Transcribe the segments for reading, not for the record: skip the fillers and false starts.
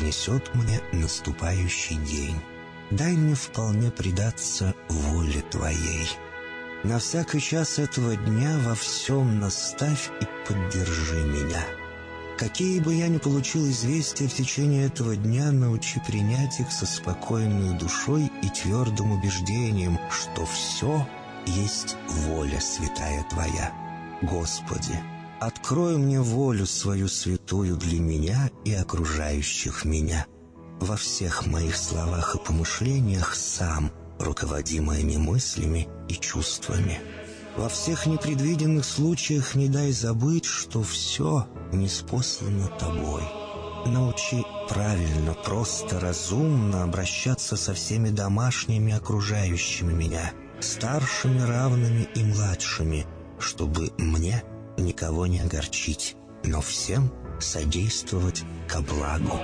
принесет мне наступающий день. Дай мне вполне предаться воле Твоей. На всякий час этого дня во всем наставь и поддержи меня. Какие бы я ни получил известия в течение этого дня, научи принять их со спокойной душой и твердым убеждением, что все есть воля святая Твоя. Господи, открой мне волю свою святую для меня и окружающих меня. Во всех моих словах и помышлениях сам руководи моими мыслями и чувствами. Во всех непредвиденных случаях не дай забыть, что все ниспослано Тобой. Научи правильно, просто, разумно обращаться со всеми домашними, окружающими меня, старшими, равными и младшими, чтобы мне никого не огорчить, но всем содействовать ко благу.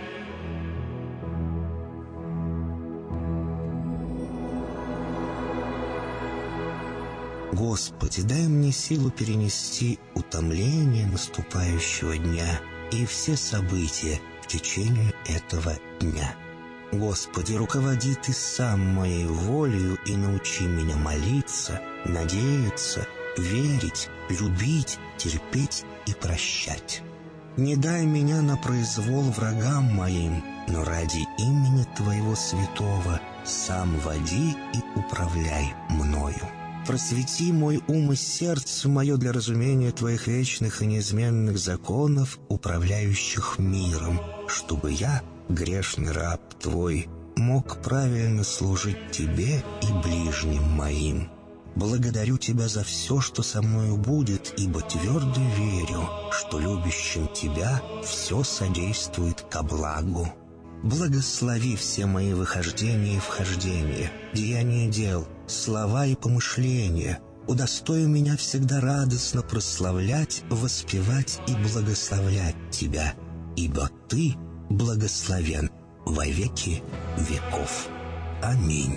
Господи, дай мне силу перенести утомление наступающего дня и все события в течение этого дня. Господи, руководи Ты сам моей волею и научи меня молиться, надеяться, верить, любить, терпеть и прощать. Не дай меня на произвол врагам моим, но ради имени Твоего святого сам води и управляй мною. Просвети мой ум и сердце мое для разумения Твоих вечных и неизменных законов, управляющих миром, чтобы я, грешный раб Твой, мог правильно служить Тебе и ближним моим. Благодарю Тебя за все, что со мною будет, ибо твердо верю, что любящим Тебя все содействует ко благу. Благослови все мои выхождения и вхождения, деяния дел, слова и помышления. Удостой меня всегда радостно прославлять, воспевать и благословлять Тебя, ибо Ты благословен во веки веков. Аминь.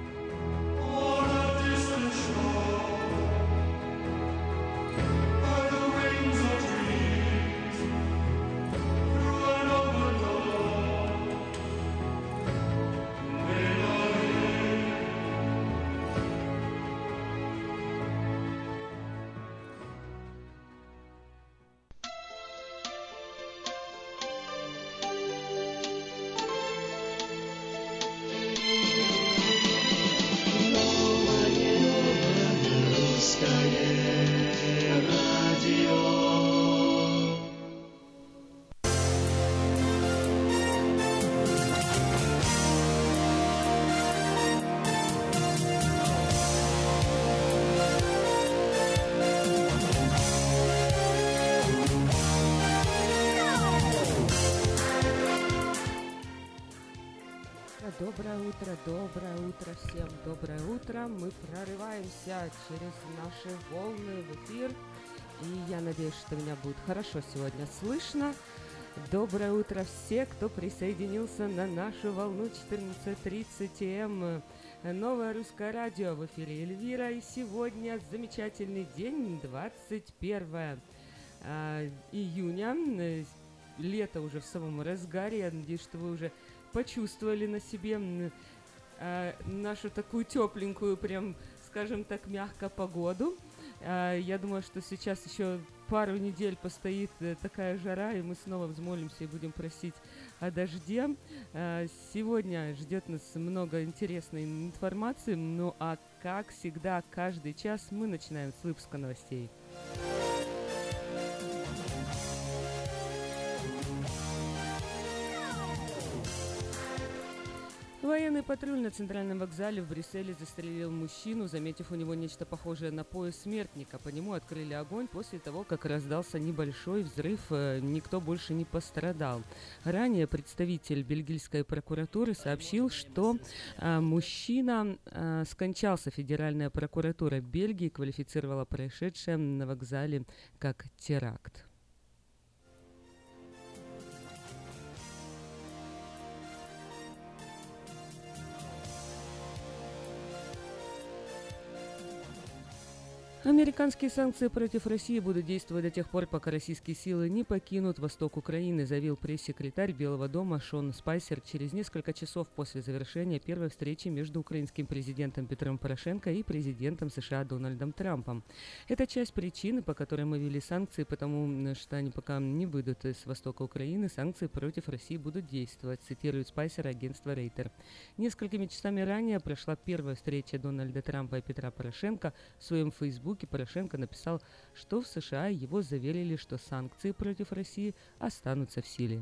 Доброе утро всем, доброе утро. Мы прорываемся через наши волны в эфир, и я надеюсь, что меня будет хорошо сегодня слышно. Доброе утро все, кто присоединился на нашу волну 14:30 м. Новое русское радио в эфире Эльвира, и сегодня замечательный день, 21 июня. Лето уже в самом разгаре. Я надеюсь, что вы уже почувствовали на себе нашу такую тепленькую, прям, скажем так, мягко погоду. Я думаю, что сейчас еще пару недель постоит такая жара, и мы снова взмолимся и будем просить о дожде. Сегодня ждет нас много интересной информации, ну а как всегда, каждый час мы начинаем с выпуска новостей. Военный патруль на центральном вокзале в Брюсселе застрелил мужчину, заметив у него нечто похожее на пояс смертника. По нему открыли огонь после того, как раздался небольшой взрыв. Никто больше не пострадал. Ранее представитель бельгийской прокуратуры сообщил, что мужчина скончался. Федеральная прокуратура Бельгии квалифицировала происшедшее на вокзале как теракт. Американские санкции против России будут действовать до тех пор, пока российские силы не покинут восток Украины, заявил пресс-секретарь Белого дома Шон Спайсер через несколько часов после завершения первой встречи между украинским президентом Петром Порошенко и президентом США Дональдом Трампом. Это часть причины, по которой мы ввели санкции, потому что они пока не выйдут из востока Украины, санкции против России будут действовать, цитирует Спайсер агентство Рейтер. Несколькими часами ранее прошла первая встреча Дональда Трампа и Петра Порошенко. В своем фейсбуке Порошенко написал, что в США его заверили, что санкции против России останутся в силе.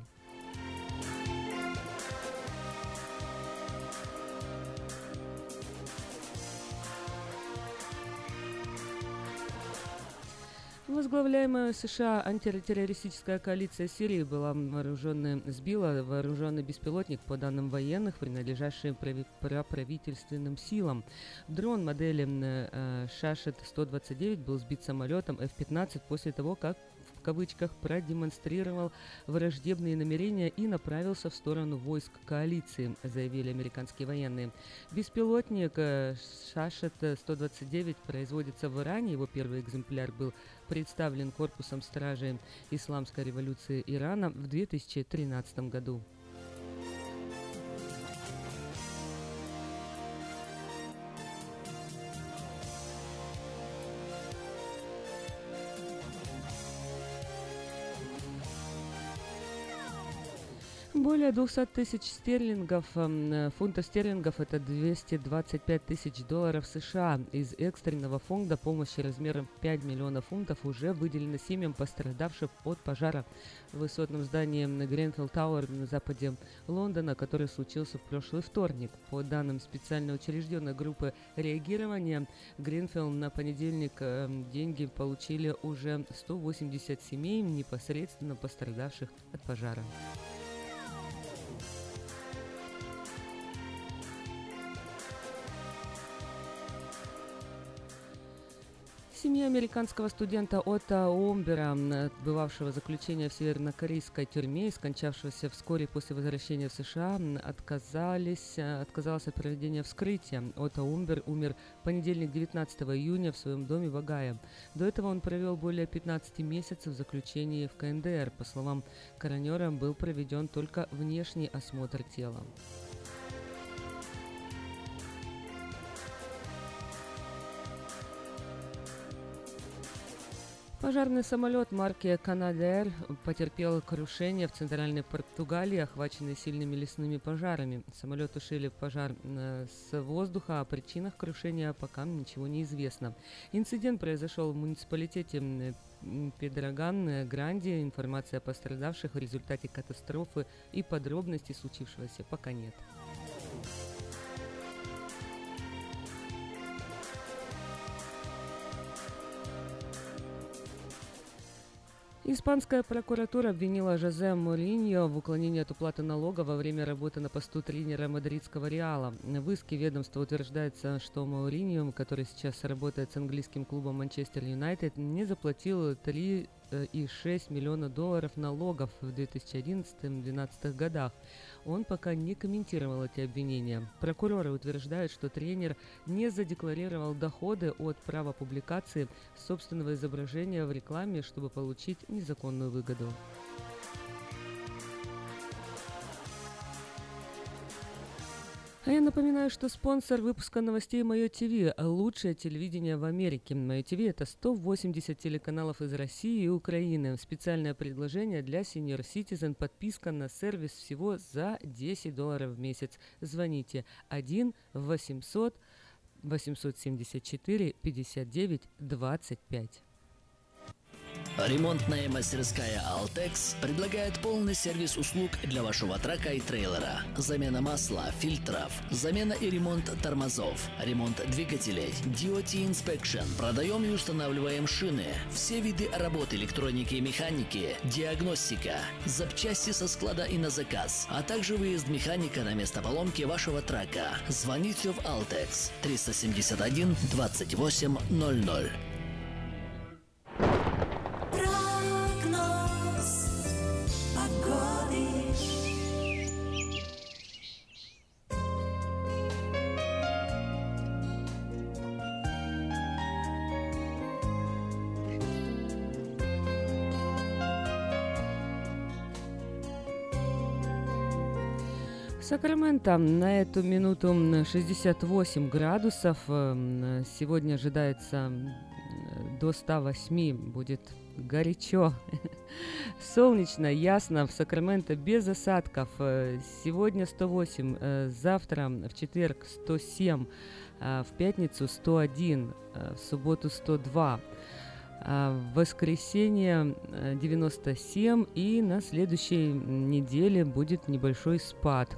Возглавляемая США антитеррористическая коалиция Сирии сбила вооруженный беспилотник, по данным военных, принадлежащий правительственным силам. Дрон модели Шашет-129 был сбит самолетом F-15 после того, как в кавычках продемонстрировал враждебные намерения и направился в сторону войск коалиции, заявили американские военные. Беспилотник Шашет-129 производится в Иране. Его первый экземпляр был представлен корпусом стражей Исламской революции Ирана в 2013 году. Более 200 тысяч фунтов стерлингов, это 225 тысяч долларов США, из экстренного фонда помощи размером 5 миллионов фунтов уже выделено семьям, пострадавшим от пожара в высотном здании Гренфелл Тауэр на западе Лондона, который случился в прошлый вторник. По данным специально учрежденной группы реагирования Гренфелл, на понедельник деньги получили уже 180 семей, непосредственно пострадавших от пожара. Семья американского студента Отто Уомбера, отбывавшего заключение в севернокорейской тюрьме и скончавшегося вскоре после возвращения в США, отказалась от проведения вскрытия. Отто Уомбер умер в понедельник, 19 июня, в своем доме в Огайо. До этого он провел более 15 месяцев в заключении в КНДР. По словам коронера, был проведен только внешний осмотр тела. Пожарный самолет марки Canadair потерпел крушение в центральной Португалии, охваченной сильными лесными пожарами. Самолет тушили пожар с воздуха, о причинах крушения пока ничего не известно. Инцидент произошел в муниципалитете Педроган-Гранди. Информации о пострадавших в результате катастрофы и подробностей случившегося пока нет. Испанская прокуратура обвинила Жозе Моуриньо в уклонении от уплаты налога во время работы на посту тренера мадридского Реала. В иске ведомства утверждается, что Моуриньо, который сейчас работает с английским клубом Манчестер Юнайтед, не заплатил 3,6 миллиона долларов налогов в 2011-2012 годах. Он пока не комментировал эти обвинения. Прокуроры утверждают, что тренер не задекларировал доходы от права публикации собственного изображения в рекламе, чтобы получить незаконную выгоду. А я напоминаю, что спонсор выпуска новостей Мое ТВ – лучшее телевидение в Америке. Мое ТВ – это 180 телеканалов из России и Украины. Специальное предложение для Senior Citizen. Подписка на сервис всего за $10 в месяц. Звоните 1-800-874-59-25. Ремонтная мастерская «Алтекс» предлагает полный сервис услуг для вашего трака и трейлера. Замена масла, фильтров, замена и ремонт тормозов, ремонт двигателей, DOT Inspection. Продаем и устанавливаем шины, все виды работ электроники и механики, диагностика, запчасти со склада и на заказ, а также выезд механика на место поломки вашего трака. Звоните в «Алтекс» 371 28 00. Сакраменто на эту минуту 68 градусов. Сегодня ожидается до 108, будет горячо. Солнечно, ясно, в Сакраменто без осадков. Сегодня 108, завтра в четверг 107, в пятницу 101, в субботу 102. В воскресенье 97, и на следующей неделе будет небольшой спад.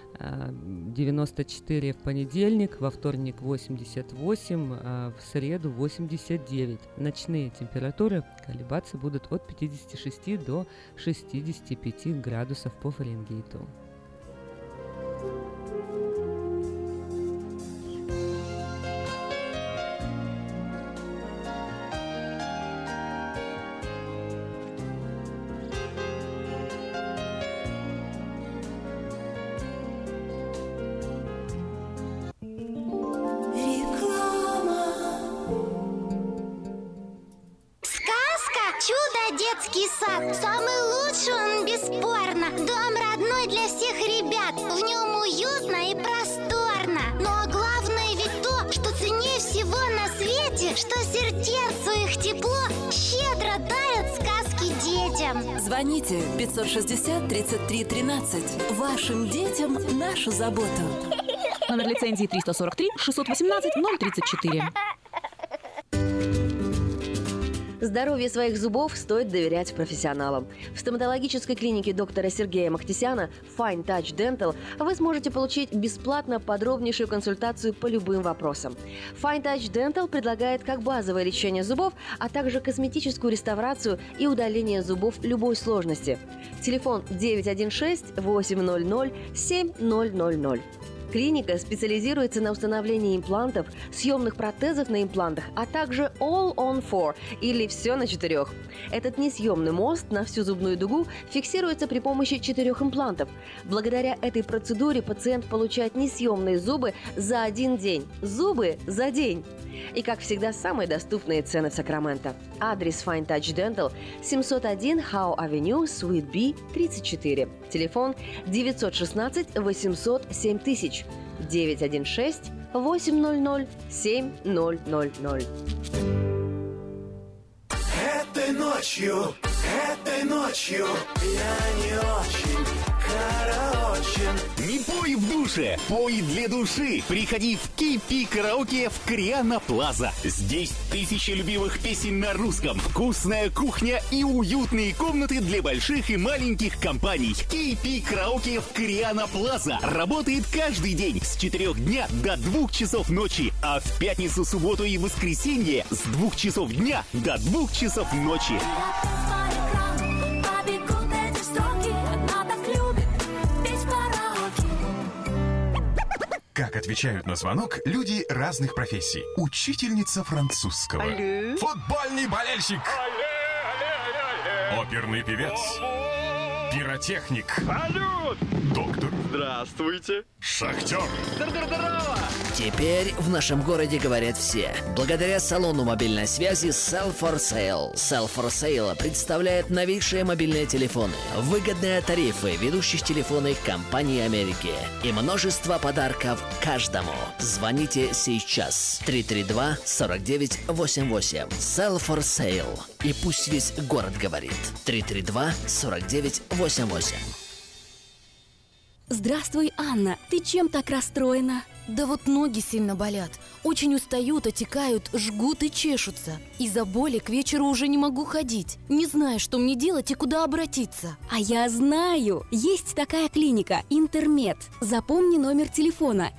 94 в понедельник, во вторник 88, а в среду 89. Ночные температуры колебаться будут от 56 до 65 градусов по Фаренгейту. Детский сад. Самый лучший он, бесспорно. Дом родной для всех ребят. В нем уютно и просторно. Но главное ведь то, что ценнее всего на свете, что сердцу их тепло щедро дарят сказки детям. Звоните 560-33-13. Вашим детям нашу заботу. Номер лицензии 343-618-034. Здоровье своих зубов стоит доверять профессионалам. В стоматологической клинике доктора Сергея Махтисяна Fine Touch Dental вы сможете получить бесплатно подробнейшую консультацию по любым вопросам. Fine Touch Dental предлагает как базовое лечение зубов, а также косметическую реставрацию и удаление зубов любой сложности. Телефон 916-800-7000. Клиника специализируется на установлении имплантов, съемных протезов на имплантах, а также All on 4 или «Все на 4». Этот несъемный мост на всю зубную дугу фиксируется при помощи 4 имплантов. Благодаря этой процедуре пациент получает несъемные зубы за 1 день. Зубы за день! И, как всегда, самые доступные цены в Сакраменто. Адрес Fine Touch Dental 701 Howe Avenue, Suite B, 34. Телефон 916-800-7000. 916-800-7000. Этой ночью я не очень караочен. Не пой в душе, пой для души. Приходи в KP Караоке в Криана Плаза. Здесь тысячи любимых песен на русском, вкусная кухня и уютные комнаты для больших и маленьких компаний. KP Караоке в Криана Плаза работает каждый день с 4 дня до 2 часов ночи, а в пятницу, субботу и воскресенье с 2 часов дня до 2 часов ночи. Как отвечают на звонок люди разных профессий. Учительница французского. Алле. Футбольный болельщик. Алле. Оперный певец. Пиротехник. Салют! Доктор. Здравствуйте. Шахтер. Здорово! Теперь в нашем городе говорят все. Благодаря салону мобильной связи Cell for Sale. Cell for Sale представляет новейшие мобильные телефоны, выгодные тарифы ведущих телефонных компаний Америки и множество подарков каждому. Звоните сейчас. 332-4988. Cell for Sale. И пусть весь город говорит. 332-4988. Здравствуй, Анна. Ты чем так расстроена? Да вот ноги сильно болят. Очень устают, отекают, жгут и чешутся. Из-за боли к вечеру уже не могу ходить. Не знаю, что мне делать и куда обратиться. А я знаю! Есть такая клиника «Интермед». Запомни номер телефона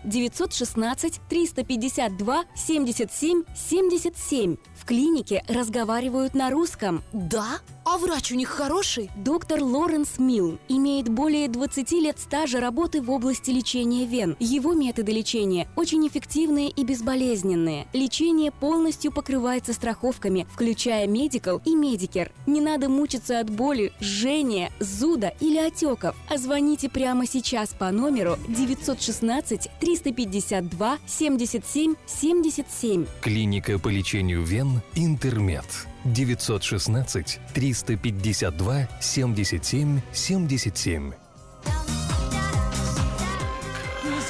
916-352-77-77. В клинике разговаривают на русском. Да? А врач у них хороший? Доктор Лоренс Милн имеет более 20 лет стажа работы в области лечения вен. Его методы лечения очень эффективные и безболезненные. Лечение полностью покрывается страховками, включая Medical и Medicare. Не надо мучиться от боли, жжения, зуда или отеков. А звоните прямо сейчас по номеру 916-352-77-77. Клиника по лечению вен «Интермед». 916-352-77-77.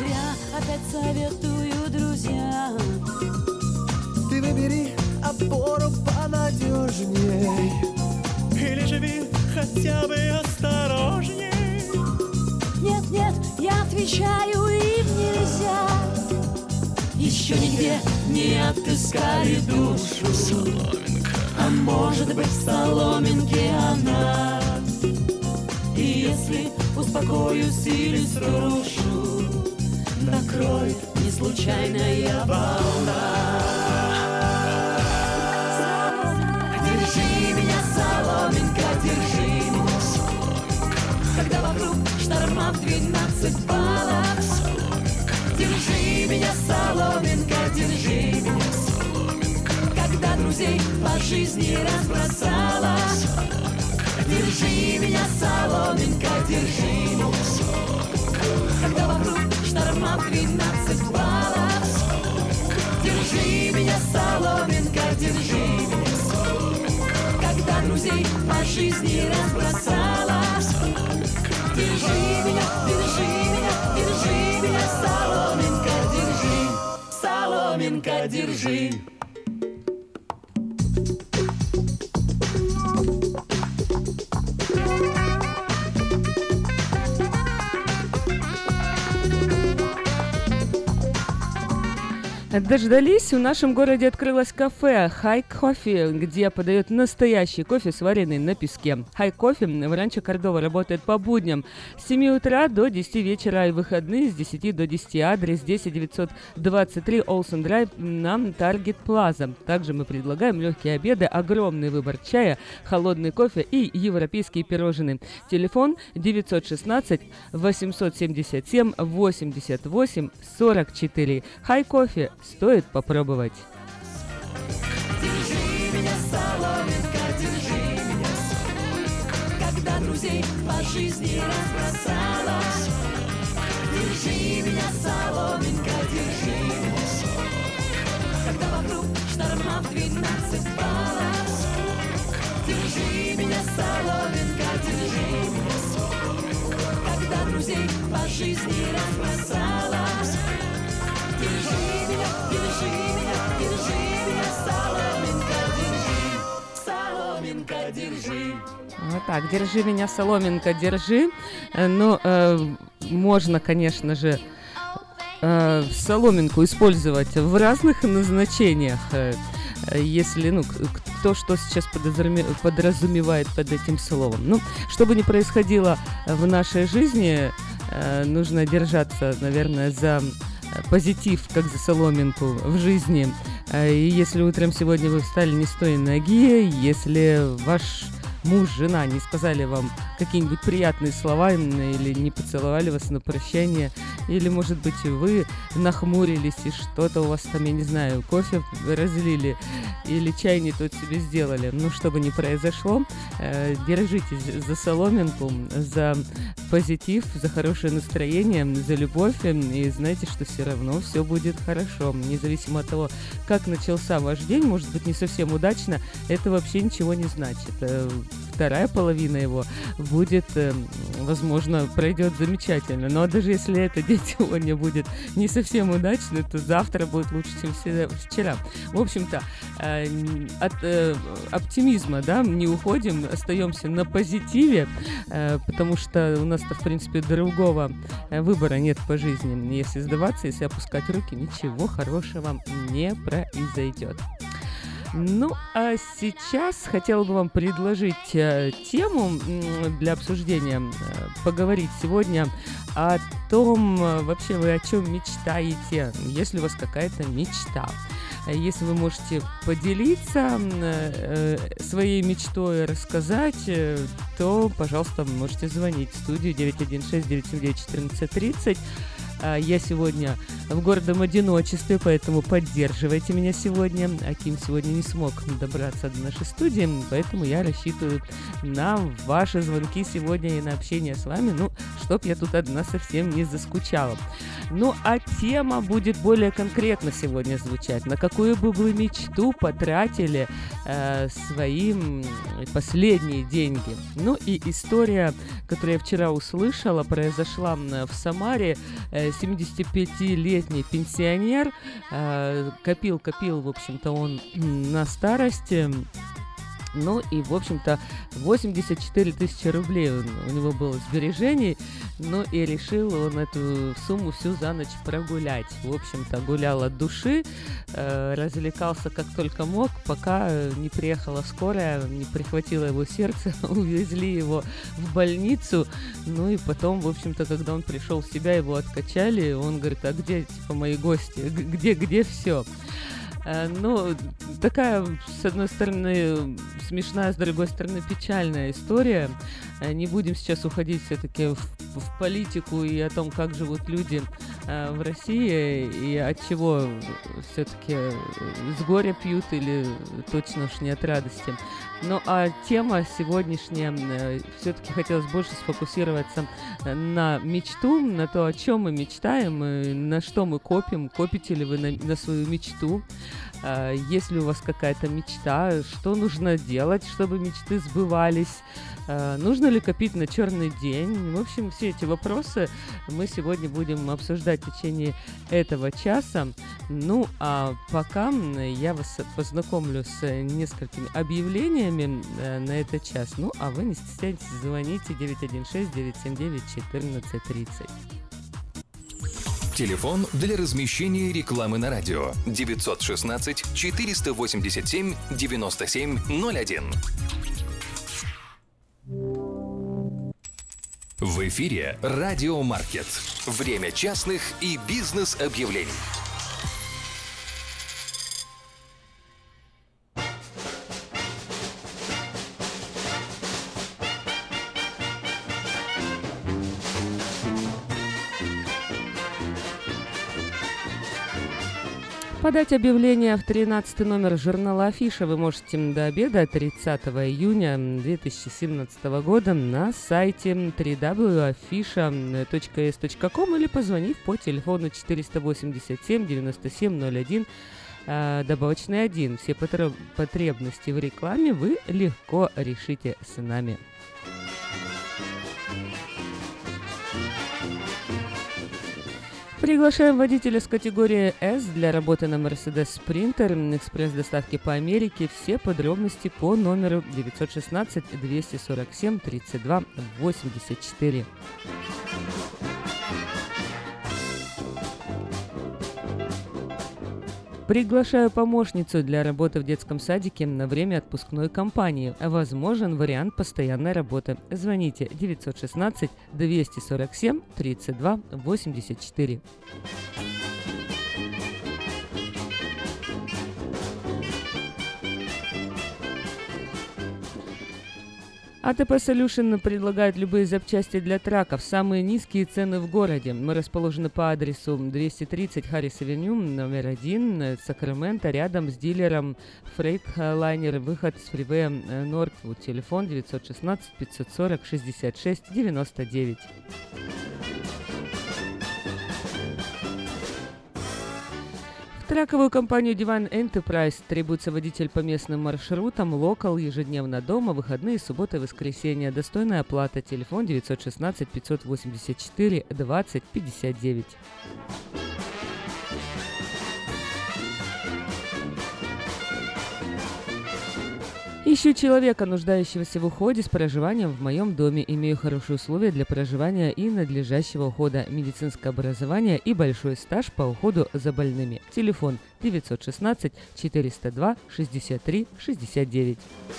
зря опять советую друзьям. Ты выбери опору понадежней, или живи хотя бы осторожней. Нет, нет, я отвечаю, им нельзя. Еще нигде не отыскали душу. Соломинка. А может быть, в соломинке она. И если успокоюсь или срушу, накроет не случайная волна. Держи меня, соломинка, держи меня, соломинка. Когда вокруг шторма в 12 баллов, соломинка. Держи меня, соломинка, держи меня, соломинка. Когда друзей по жизни разбросала, соломинка. Держи меня, соломинка, держи меня, соломинка. Когда вокруг шторма в 12 баллов, соломинка. Держи меня, соломинка, держи меня, соломинка. Когда друзей по жизни разбросала, соломинка. Держи меня, держи меня, держи меня, соломинка, держи, соломинка, держи. Дождались, в нашем городе открылось кафе High Coffee, где подают настоящий кофе, сваренный на песке. High Coffee в Ранчо Кордова работает по будням с 7 утра до 10 вечера и выходные с 10 до 10. Адрес 10923 Олсен Драйв на Target Plaza. Также мы предлагаем легкие обеды, огромный выбор чая, холодный кофе и европейские пирожные. Телефон 916 877 88 44. High Coffee. Стоит попробовать. Держи меня, соломинка, держи меня, соломинка. Когда друзей по жизни разбросала, держи меня, соломинка, держи меня, соломинка. Когда вокруг шторма в 12 баллов, держи меня, соломинка, держи меня, соломинка. Когда друзей по жизни разбросала, держи меня, держи меня, держи меня, соломинка, держи, соломинка, держи. Вот так, держи меня, соломинка, держи. Ну, можно, конечно же, соломинку использовать в разных назначениях. Если, кто что сейчас подразумевает под этим словом. Ну, что бы ни происходило в нашей жизни, нужно держаться, наверное, за позитив, как за соломинку в жизни. И если утром сегодня вы встали не с той ноги, если ваш муж, жена не сказали вам какие-нибудь приятные слова или не поцеловали вас на прощание, или, может быть, вы нахмурились и что-то у вас там, я не знаю, кофе разлили или чай не тот себе сделали. Ну, что бы ни произошло, держитесь за соломинку, за позитив, за хорошее настроение, за любовь, и знайте, что все равно все будет хорошо. Независимо от того, как начался ваш день, может быть, не совсем удачно, это вообще ничего не значит. Вторая половина его будет, возможно, пройдет замечательно. Но даже если этот день сегодня будет не совсем удачный, то завтра будет лучше, чем вчера. В общем-то, от оптимизма, да, не уходим, остаемся на позитиве, потому что у нас-то, в принципе, другого выбора нет по жизни. Если сдаваться, если опускать руки, ничего хорошего не произойдет. Ну, а сейчас хотела бы вам предложить тему для обсуждения, поговорить сегодня о том, вообще вы о чем мечтаете, если у вас какая-то мечта. Если вы можете поделиться своей мечтой, рассказать, то, пожалуйста, можете звонить в студию 916-979-1430. Я сегодня в гордом одиночестве, поэтому поддерживайте меня сегодня. Аким сегодня не смог добраться до нашей студии, поэтому я рассчитываю на ваши звонки сегодня и на общение с вами, ну, чтоб я тут одна совсем не заскучала. Ну, а тема будет более конкретно сегодня звучать. На какую бы вы мечту потратили свои последние деньги? Ну, и история, которую я вчера услышала, произошла в Самаре. 75-летний пенсионер копил, в общем-то, он на старости. Ну и, в общем-то, 84 тысячи рублей у него было сбережений. Ну и решил он эту сумму всю за ночь прогулять. В общем-то, гулял от души, развлекался как только мог, пока не приехала скорая, не прихватило его сердце, увезли его в больницу. Ну и потом, в общем-то, когда он пришел в себя, его откачали, он говорит: а где, типа, мои гости? Где все? Ну, такая, с одной стороны, смешная, с другой стороны, печальная история. Не будем сейчас уходить все-таки в политику и о том, как живут люди в России и от чего все-таки с горя пьют или точно уж не от радости. Ну, а тема сегодняшняя, все-таки хотелось больше сфокусироваться на мечту, на то, о чем мы мечтаем, и на что мы копим. Копите ли вы на свою мечту? Есть ли у вас какая-то мечта? Что нужно делать, чтобы мечты сбывались? Нужно ли копить на черный день? В общем, все эти вопросы мы сегодня будем обсуждать в течение этого часа. Ну, а пока я вас познакомлю с несколькими объявлениями на этот час. Ну, а вы не стесняйтесь, звоните 916-979-1430. Телефон для размещения рекламы на радио 916 487 9701. В эфире Радио Маркет. Время частных и бизнес-объявлений. Подать объявление в 13 номер журнала «Афиша» вы можете до обеда 30 июня 2017 года на сайте www.afisha.s.com или позвонив по телефону 487 9701 добавочный 1. Все потребности в рекламе вы легко решите с нами. Приглашаем водителя с категории S для работы на Mercedes Sprinter, экспресс-доставки по Америке. Все подробности по номеру 916-247-32-84. Приглашаю помощницу для работы в детском садике на время отпускной кампании. Возможен вариант постоянной работы. Звоните 916-247-32-84. АТП Solution предлагает любые запчасти для траков. Самые низкие цены в городе. Мы расположены по адресу 230 Харрис-авеню, номер 1, Сакраменто, рядом с дилером Freightliner, выход с фривея Нортвуд. Телефон 916-540-66-99. В траковую компанию Divine Enterprise требуется водитель по местным маршрутам, локал, ежедневно дома, выходные, субботы и воскресенья. Достойная оплата. Телефон 916-584-20-59. Ищу человека, нуждающегося в уходе с проживанием в моем доме. Имею хорошие условия для проживания и надлежащего ухода, медицинское образование и большой стаж по уходу за больными. Телефон 916-402-63-69.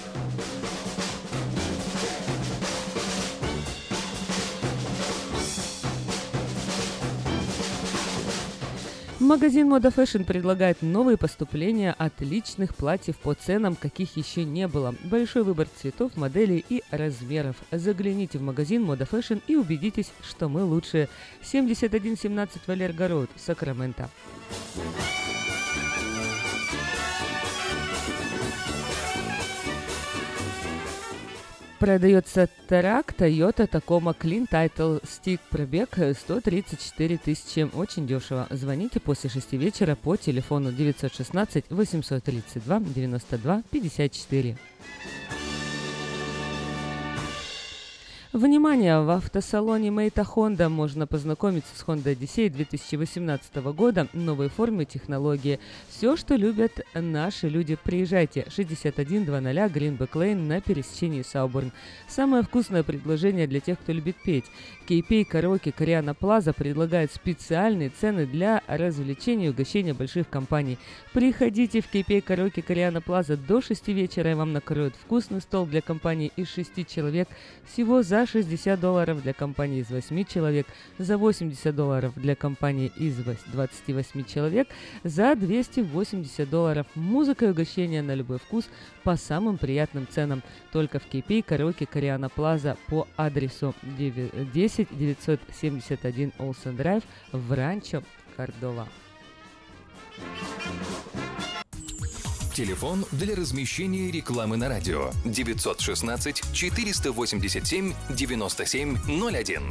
Магазин Moda Fashion предлагает новые поступления отличных платьев по ценам, каких еще не было. Большой выбор цветов, моделей и размеров. Загляните в магазин Moda Fashion и убедитесь, что мы лучшие. 7117 Валерго Роуд, Сакраменто. Продается трак Toyota Tacoma Clean Title Stick, пробег 134 тысячи. Очень дешево. Звоните после 6 вечера по телефону 916 832 92 54. Внимание! В автосалоне Мэйта Honda можно познакомиться с Honda Odyssey 2018 года, новой формы технологии. Все, что любят наши люди. Приезжайте. 6100 Greenback Lane на пересечении Сауборн. Самое вкусное предложение для тех, кто любит петь. KP Караоке Кориана Плаза предлагает специальные цены для развлечений и угощения больших компаний. Приходите в KP Караоке Кориана Плаза до 6 вечера, и вам накроют вкусный стол для компании из 6 человек всего за $60 для компании из 8 человек, за $80 для компании из 28 человек, за $280. Музыка и угощения на любой вкус по самым приятным ценам. Только в KP Караоке Кориана Плаза по адресу 10971 Олсен Драйв в Ранчо, Кордова. Телефон для размещения рекламы на радио 916 487 9701.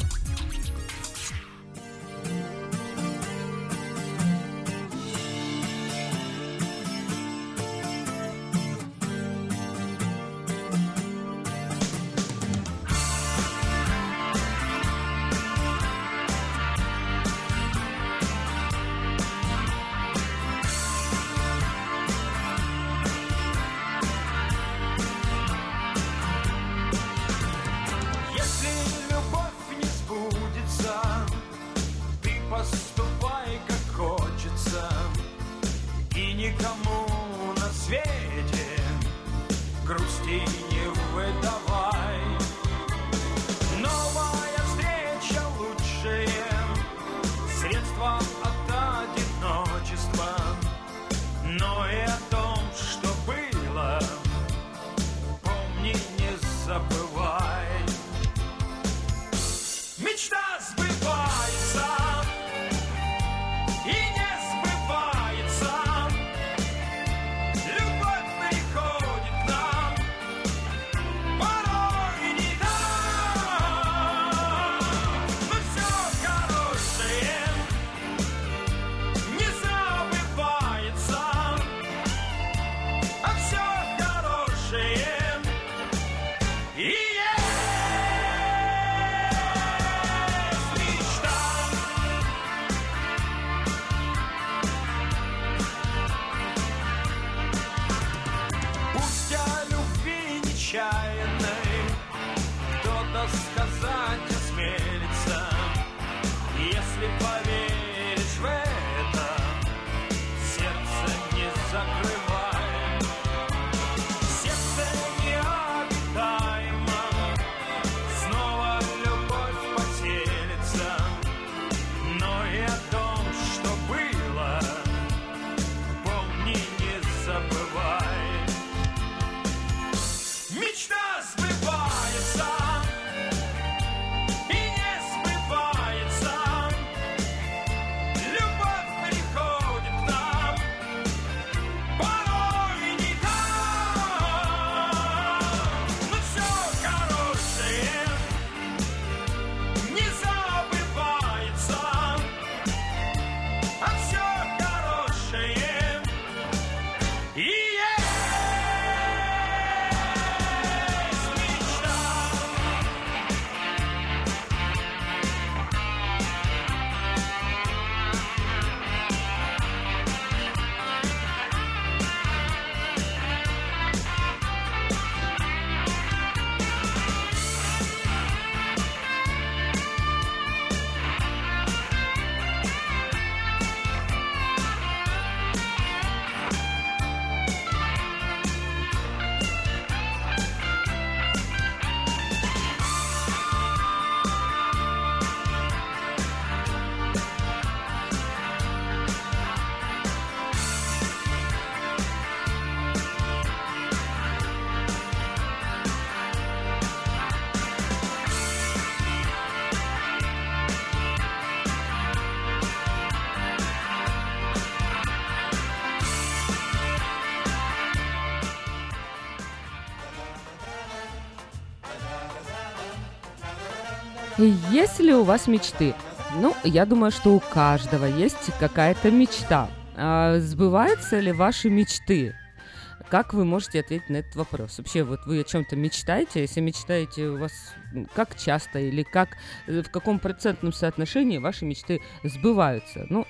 Есть ли у вас мечты? Ну, я думаю, что у каждого есть какая-то мечта. А сбываются ли ваши мечты? Как вы можете ответить на этот вопрос? Вообще, вот вы о чем-то мечтаете? Если мечтаете, у вас как часто или в каком процентном соотношении ваши мечты сбываются? Ну,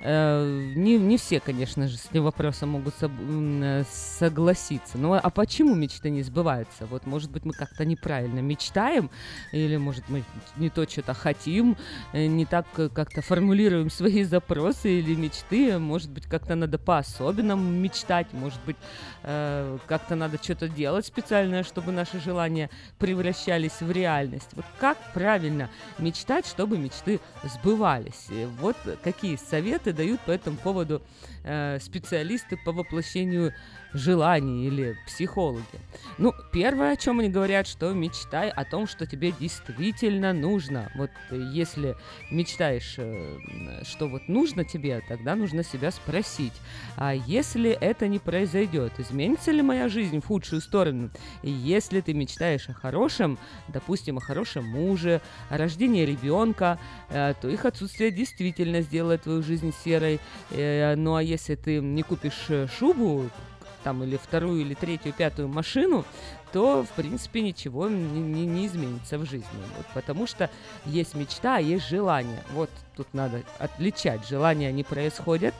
не все, конечно же, с этим вопросом могут согласиться. Ну, а почему мечты не сбываются? Вот, может быть, мы как-то неправильно мечтаем, или, может, мы не то что-то хотим, не так как-то формулируем свои запросы или мечты. Может быть, как-то надо по-особенному мечтать, может быть, как-то надо что-то делать специальное, чтобы наши желания превращались в реальность. Вот как правильно мечтать, чтобы мечты сбывались? И вот какие советы дают по этому поводу специалисты по воплощению желаний или психологи. Ну, первое, о чем они говорят, что мечтай о том, что тебе действительно нужно. Вот если мечтаешь, что вот нужно тебе, тогда нужно себя спросить, а если это не произойдет, изменится ли моя жизнь в худшую сторону? И если ты мечтаешь о хорошем, допустим, о хорошем муже, о рождении ребенка, то их отсутствие действительно сделает твою жизнь серой. Ну, а если ты не купишь шубу, там, или вторую, или третью, пятую машину, то, в принципе, ничего не изменится в жизни. Вот, потому что есть мечта, а есть желание. Вот тут надо отличать. Желания не происходят,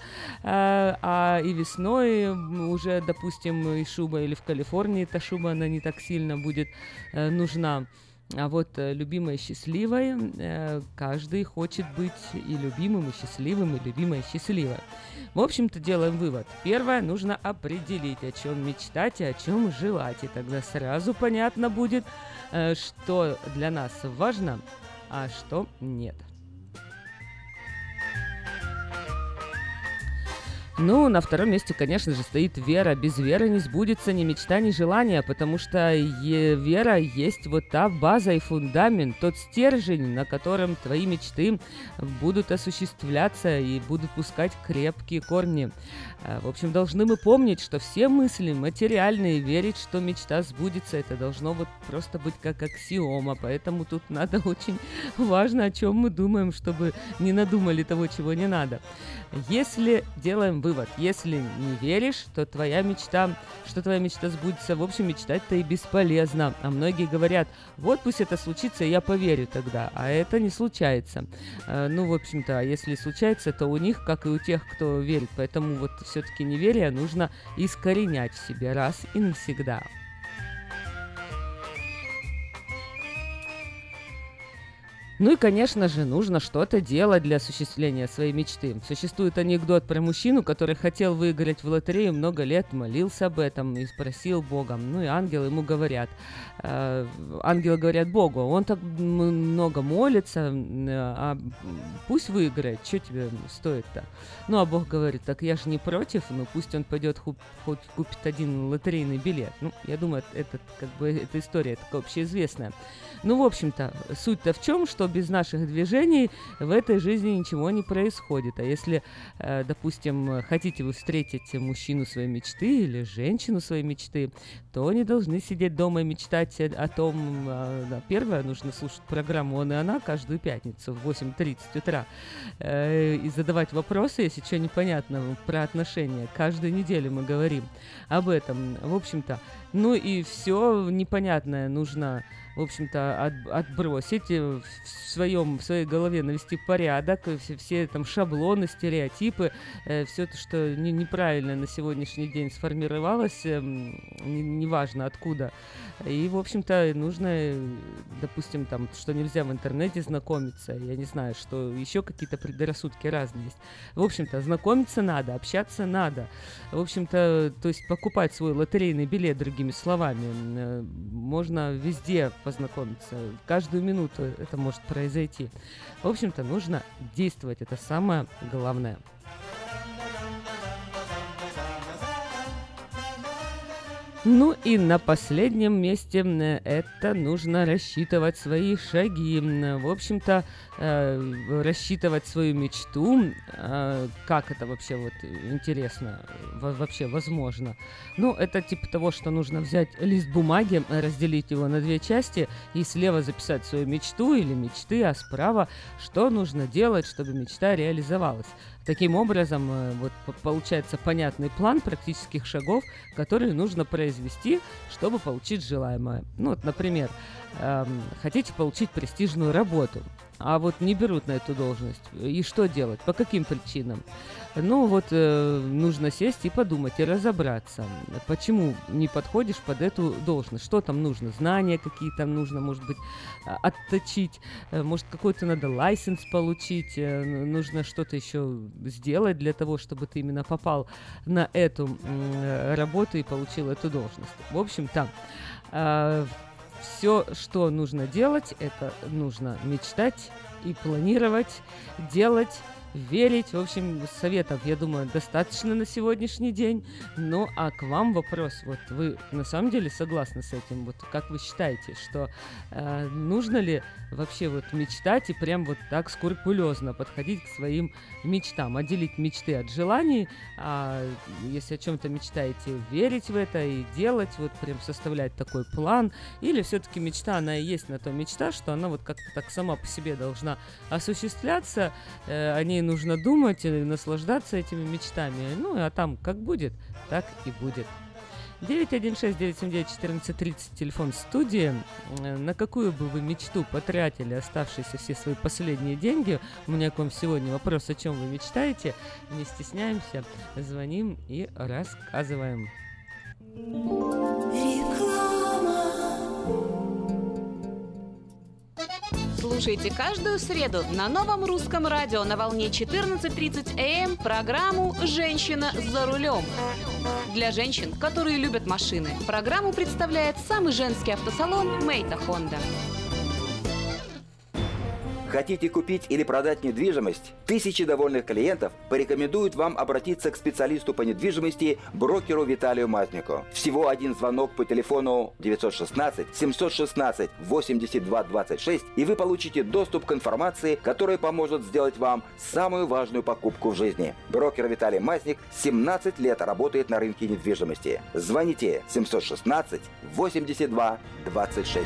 и весной уже, допустим, и шуба, или в Калифорнии эта шуба, она не так сильно будет нужна. А вот любимой и счастливой каждый хочет быть и любимым, и счастливым, и любимой и счастливой. В общем-то, делаем вывод. Первое, нужно определить, о чем мечтать и о чем желать. И тогда сразу понятно будет, что для нас важно, а что нет. Ну, на втором месте, конечно же, стоит вера. Без веры не сбудется ни мечта, ни желание, потому что вера есть вот та база и фундамент, тот стержень, на котором твои мечты будут осуществляться и будут пускать крепкие корни. В общем, должны мы помнить, что все мысли материальные, верить, что мечта сбудется, это должно вот просто быть как аксиома, поэтому тут надо очень важно, о чем мы думаем, чтобы не надумали того, чего не надо. Если делаем вывод, если не веришь, то твоя мечта сбудется, в общем, мечтать-то и бесполезно. А многие говорят, вот пусть это случится, и я поверю тогда. А это не случается. Ну, в общем-то, если случается, то у них, как и у тех, кто верит. Поэтому вот все-таки неверие нужно искоренять в себе раз и навсегда. Ну и, конечно же, нужно что-то делать для осуществления своей мечты. Существует анекдот про мужчину, который хотел выиграть в лотерею много лет, молился об этом и спросил Бога. Ну и ангелы ему говорят, ангелы говорят Богу, он так много молится, а пусть выиграет, что тебе стоит-то? Ну а Бог говорит, так я же не против, но пусть он пойдет хоть купит один лотерейный билет. Ну, я думаю, эта история такая общеизвестная. Ну, в общем-то, суть-то в чем, что без наших движений в этой жизни ничего не происходит. А если, допустим, хотите вы встретить мужчину своей мечты или женщину своей мечты, то не должны сидеть дома и мечтать о том, первое, нужно слушать программу «Он и она» каждую пятницу в 8:30 утра и задавать вопросы, если что непонятно про отношения. Каждую неделю мы говорим об этом. В общем-то, ну и все непонятное нужно, в общем-то, отбросить, в своей голове навести порядок, все там шаблоны, стереотипы, все то, что неправильно на сегодняшний день сформировалось, неважно откуда. И, в общем-то, нужно, допустим, там, что нельзя в интернете знакомиться, я не знаю, что еще какие-то предрассудки разные есть. В общем-то, знакомиться надо, общаться надо. В общем-то, то есть покупать свой лотерейный билет, другими словами, можно везде познакомиться. Каждую минуту это может произойти. В общем-то, нужно действовать. Это самое главное. Ну и на последнем месте это нужно рассчитывать свои шаги. В общем-то, рассчитывать свою мечту. Как это вообще вот интересно, вообще возможно? Ну, это типа того, что нужно взять лист бумаги, разделить его на две части и слева записать свою мечту или мечты, а справа, что нужно делать, чтобы мечта реализовалась. Таким образом, вот получается понятный план практических шагов, которые нужно произвести, чтобы получить желаемое. Ну, вот, например, хотите получить престижную работу, а вот не берут на эту должность. И что делать? По каким причинам? Ну, вот нужно сесть и подумать, и разобраться, почему не подходишь под эту должность, что там нужно, знания какие там нужно, может быть, отточить, может, какой-то надо лайсенс получить, нужно что-то еще сделать для того, чтобы ты именно попал на эту работу и получил эту должность. В общем, там все, что нужно делать, это нужно мечтать и планировать, делать, верить. В общем, советов, я думаю, достаточно на сегодняшний день. Ну, а к вам вопрос. Вот вы на самом деле согласны с этим? Вот как вы считаете, что нужно ли вообще вот мечтать и прям вот так скрупулезно подходить к своим мечтам? Отделить мечты от желаний, если о чем-то мечтаете, верить в это и делать, вот прям составлять такой план? Или все-таки мечта, она и есть на то мечта, что она вот как-то так сама по себе должна осуществляться, о ней нужно думать и наслаждаться этими мечтами. Ну, а там как будет, так и будет. 916-979-1430, телефон студии. На какую бы вы мечту потратили оставшиеся все свои последние деньги? У меня к вам сегодня вопрос, о чем вы мечтаете. Не стесняемся, звоним и рассказываем. Слушайте каждую среду на Новом русском радио на волне 14:30 АМ программу «Женщина за рулем». Для женщин, которые любят машины, программу представляет самый женский автосалон «Мейта Хонда». Хотите купить или продать недвижимость? Тысячи довольных клиентов порекомендуют вам обратиться к специалисту по недвижимости, брокеру Виталию Мазнику. Всего один звонок по телефону 916-716-8226, и вы получите доступ к информации, которая поможет сделать вам самую важную покупку в жизни. Брокер Виталий Мазник 17 лет работает на рынке недвижимости. Звоните 716-8226.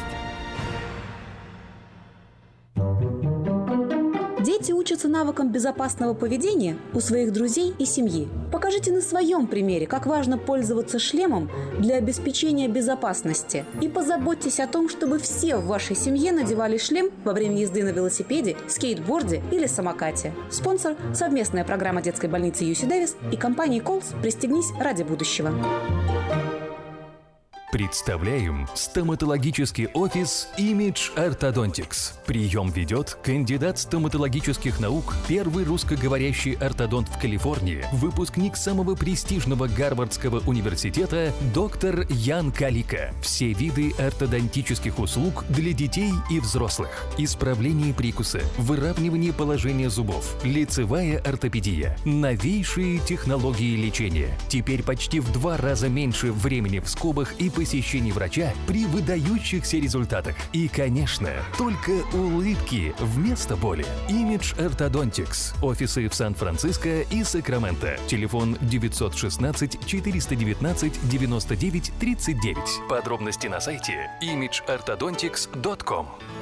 Дети учатся навыкам безопасного поведения у своих друзей и семьи. Покажите на своем примере, как важно пользоваться шлемом для обеспечения безопасности. И позаботьтесь о том, чтобы все в вашей семье надевали шлем во время езды на велосипеде, скейтборде или самокате. Спонсор – совместная программа детской больницы UC Davis и компании Колс «Пристегнись ради будущего». Представляем стоматологический офис Image Orthodontics. Прием ведет кандидат стоматологических наук, первый русскоговорящий ортодонт в Калифорнии, выпускник самого престижного Гарвардского университета доктор Ян Калика. Все виды ортодонтических услуг для детей и взрослых. Исправление прикуса, выравнивание положения зубов, лицевая ортопедия, новейшие технологии лечения. Теперь почти в 2 раза меньше времени в скобах и посещений врача при выдающихся результатах. И, конечно, только улыбки вместо боли. Image Orthodontics. Офисы в Сан-Франциско и Сакраменто. Телефон 916-419-99-39. Подробности на сайте imageorthodontics.com.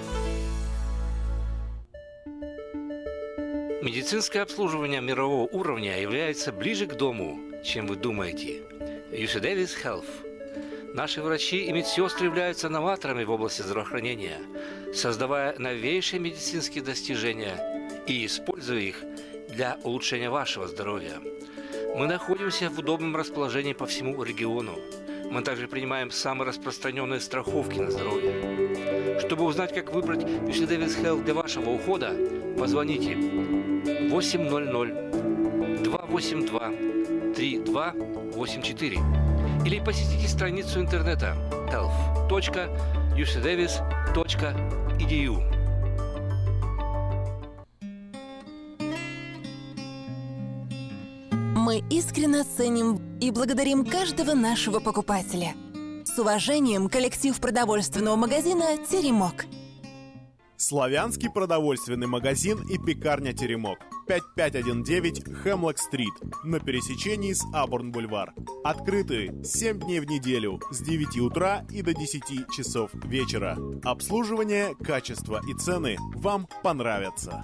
Медицинское обслуживание мирового уровня является ближе к дому, чем вы думаете. UC Davis Health. Наши врачи и медсестры являются новаторами в области здравоохранения, создавая новейшие медицинские достижения и используя их для улучшения вашего здоровья. Мы находимся в удобном расположении по всему региону. Мы также принимаем самые распространенные страховки на здоровье. Чтобы узнать, как выбрать UC Davis Health для вашего ухода, позвоните 800-282-3284 или посетите страницу интернета health.ucdavis.edu. Мы искренне ценим и благодарим каждого нашего покупателя. С уважением, коллектив продовольственного магазина «Теремок». Славянский продовольственный магазин и пекарня «Теремок». 5519 Хемлок-стрит на пересечении с Абурн-бульвар. Открыты 7 дней в неделю с 9 утра и до 10 часов вечера. Обслуживание, качество и цены вам понравятся.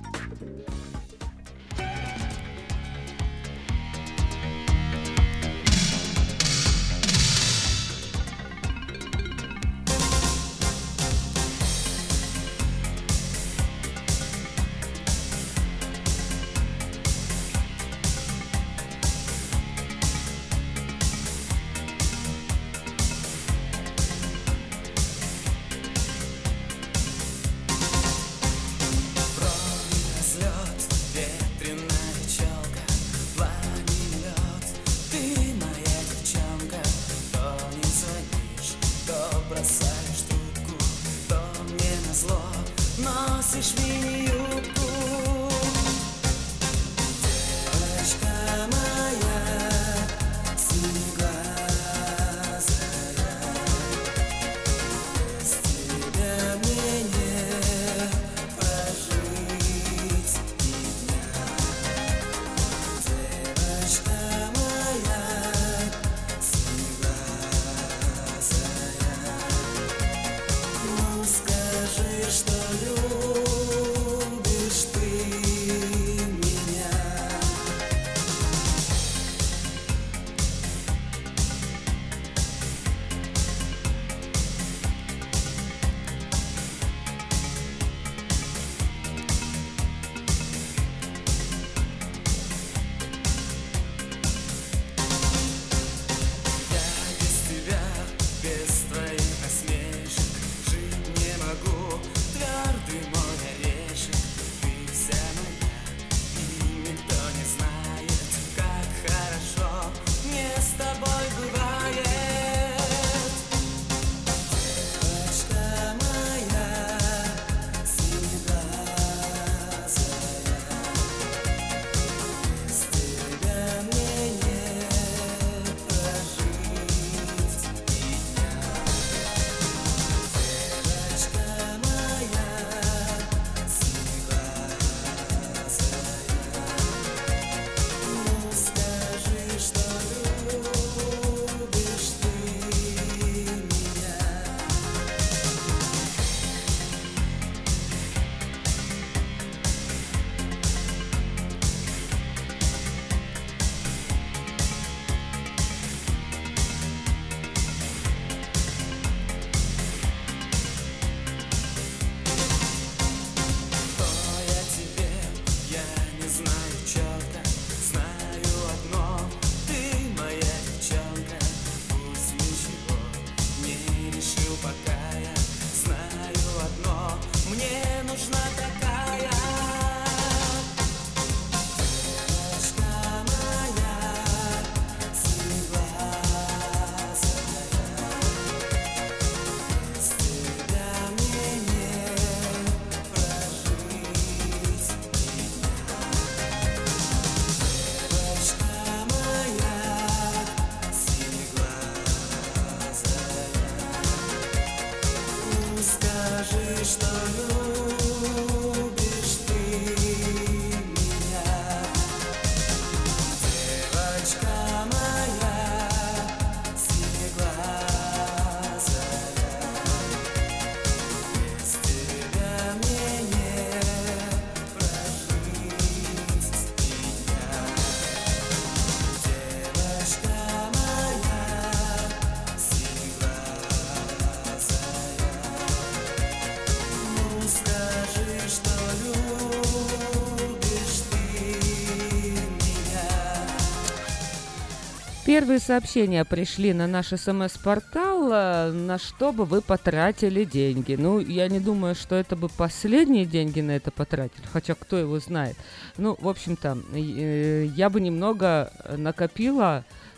Первые сообщения пришли на наш СМС-портал, на что бы вы потратили деньги. Ну, я не думаю, что это бы последние деньги на это потратили, хотя кто его знает. Ну, в общем-то, я бы немного накопила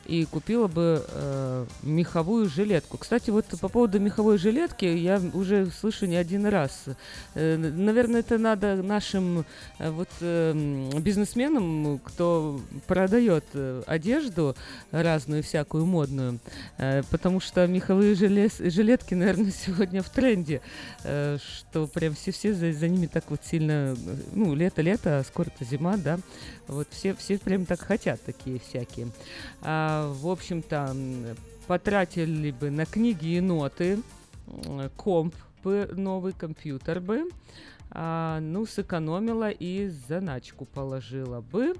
и купила бы меховую жилетку. Кстати, вот по поводу меховой жилетки я уже слышу не один раз. Наверное, это надо нашим бизнесменам, кто продает одежду разную, всякую модную, потому что меховые жилетки, наверное, сегодня в тренде, что прям все за ними так вот сильно, лето, а скоро-то зима, да, вот все прям так хотят, такие всякие. В общем-то, потратили бы на книги и ноты, комп бы, новый компьютер бы, сэкономила и заначку положила бы.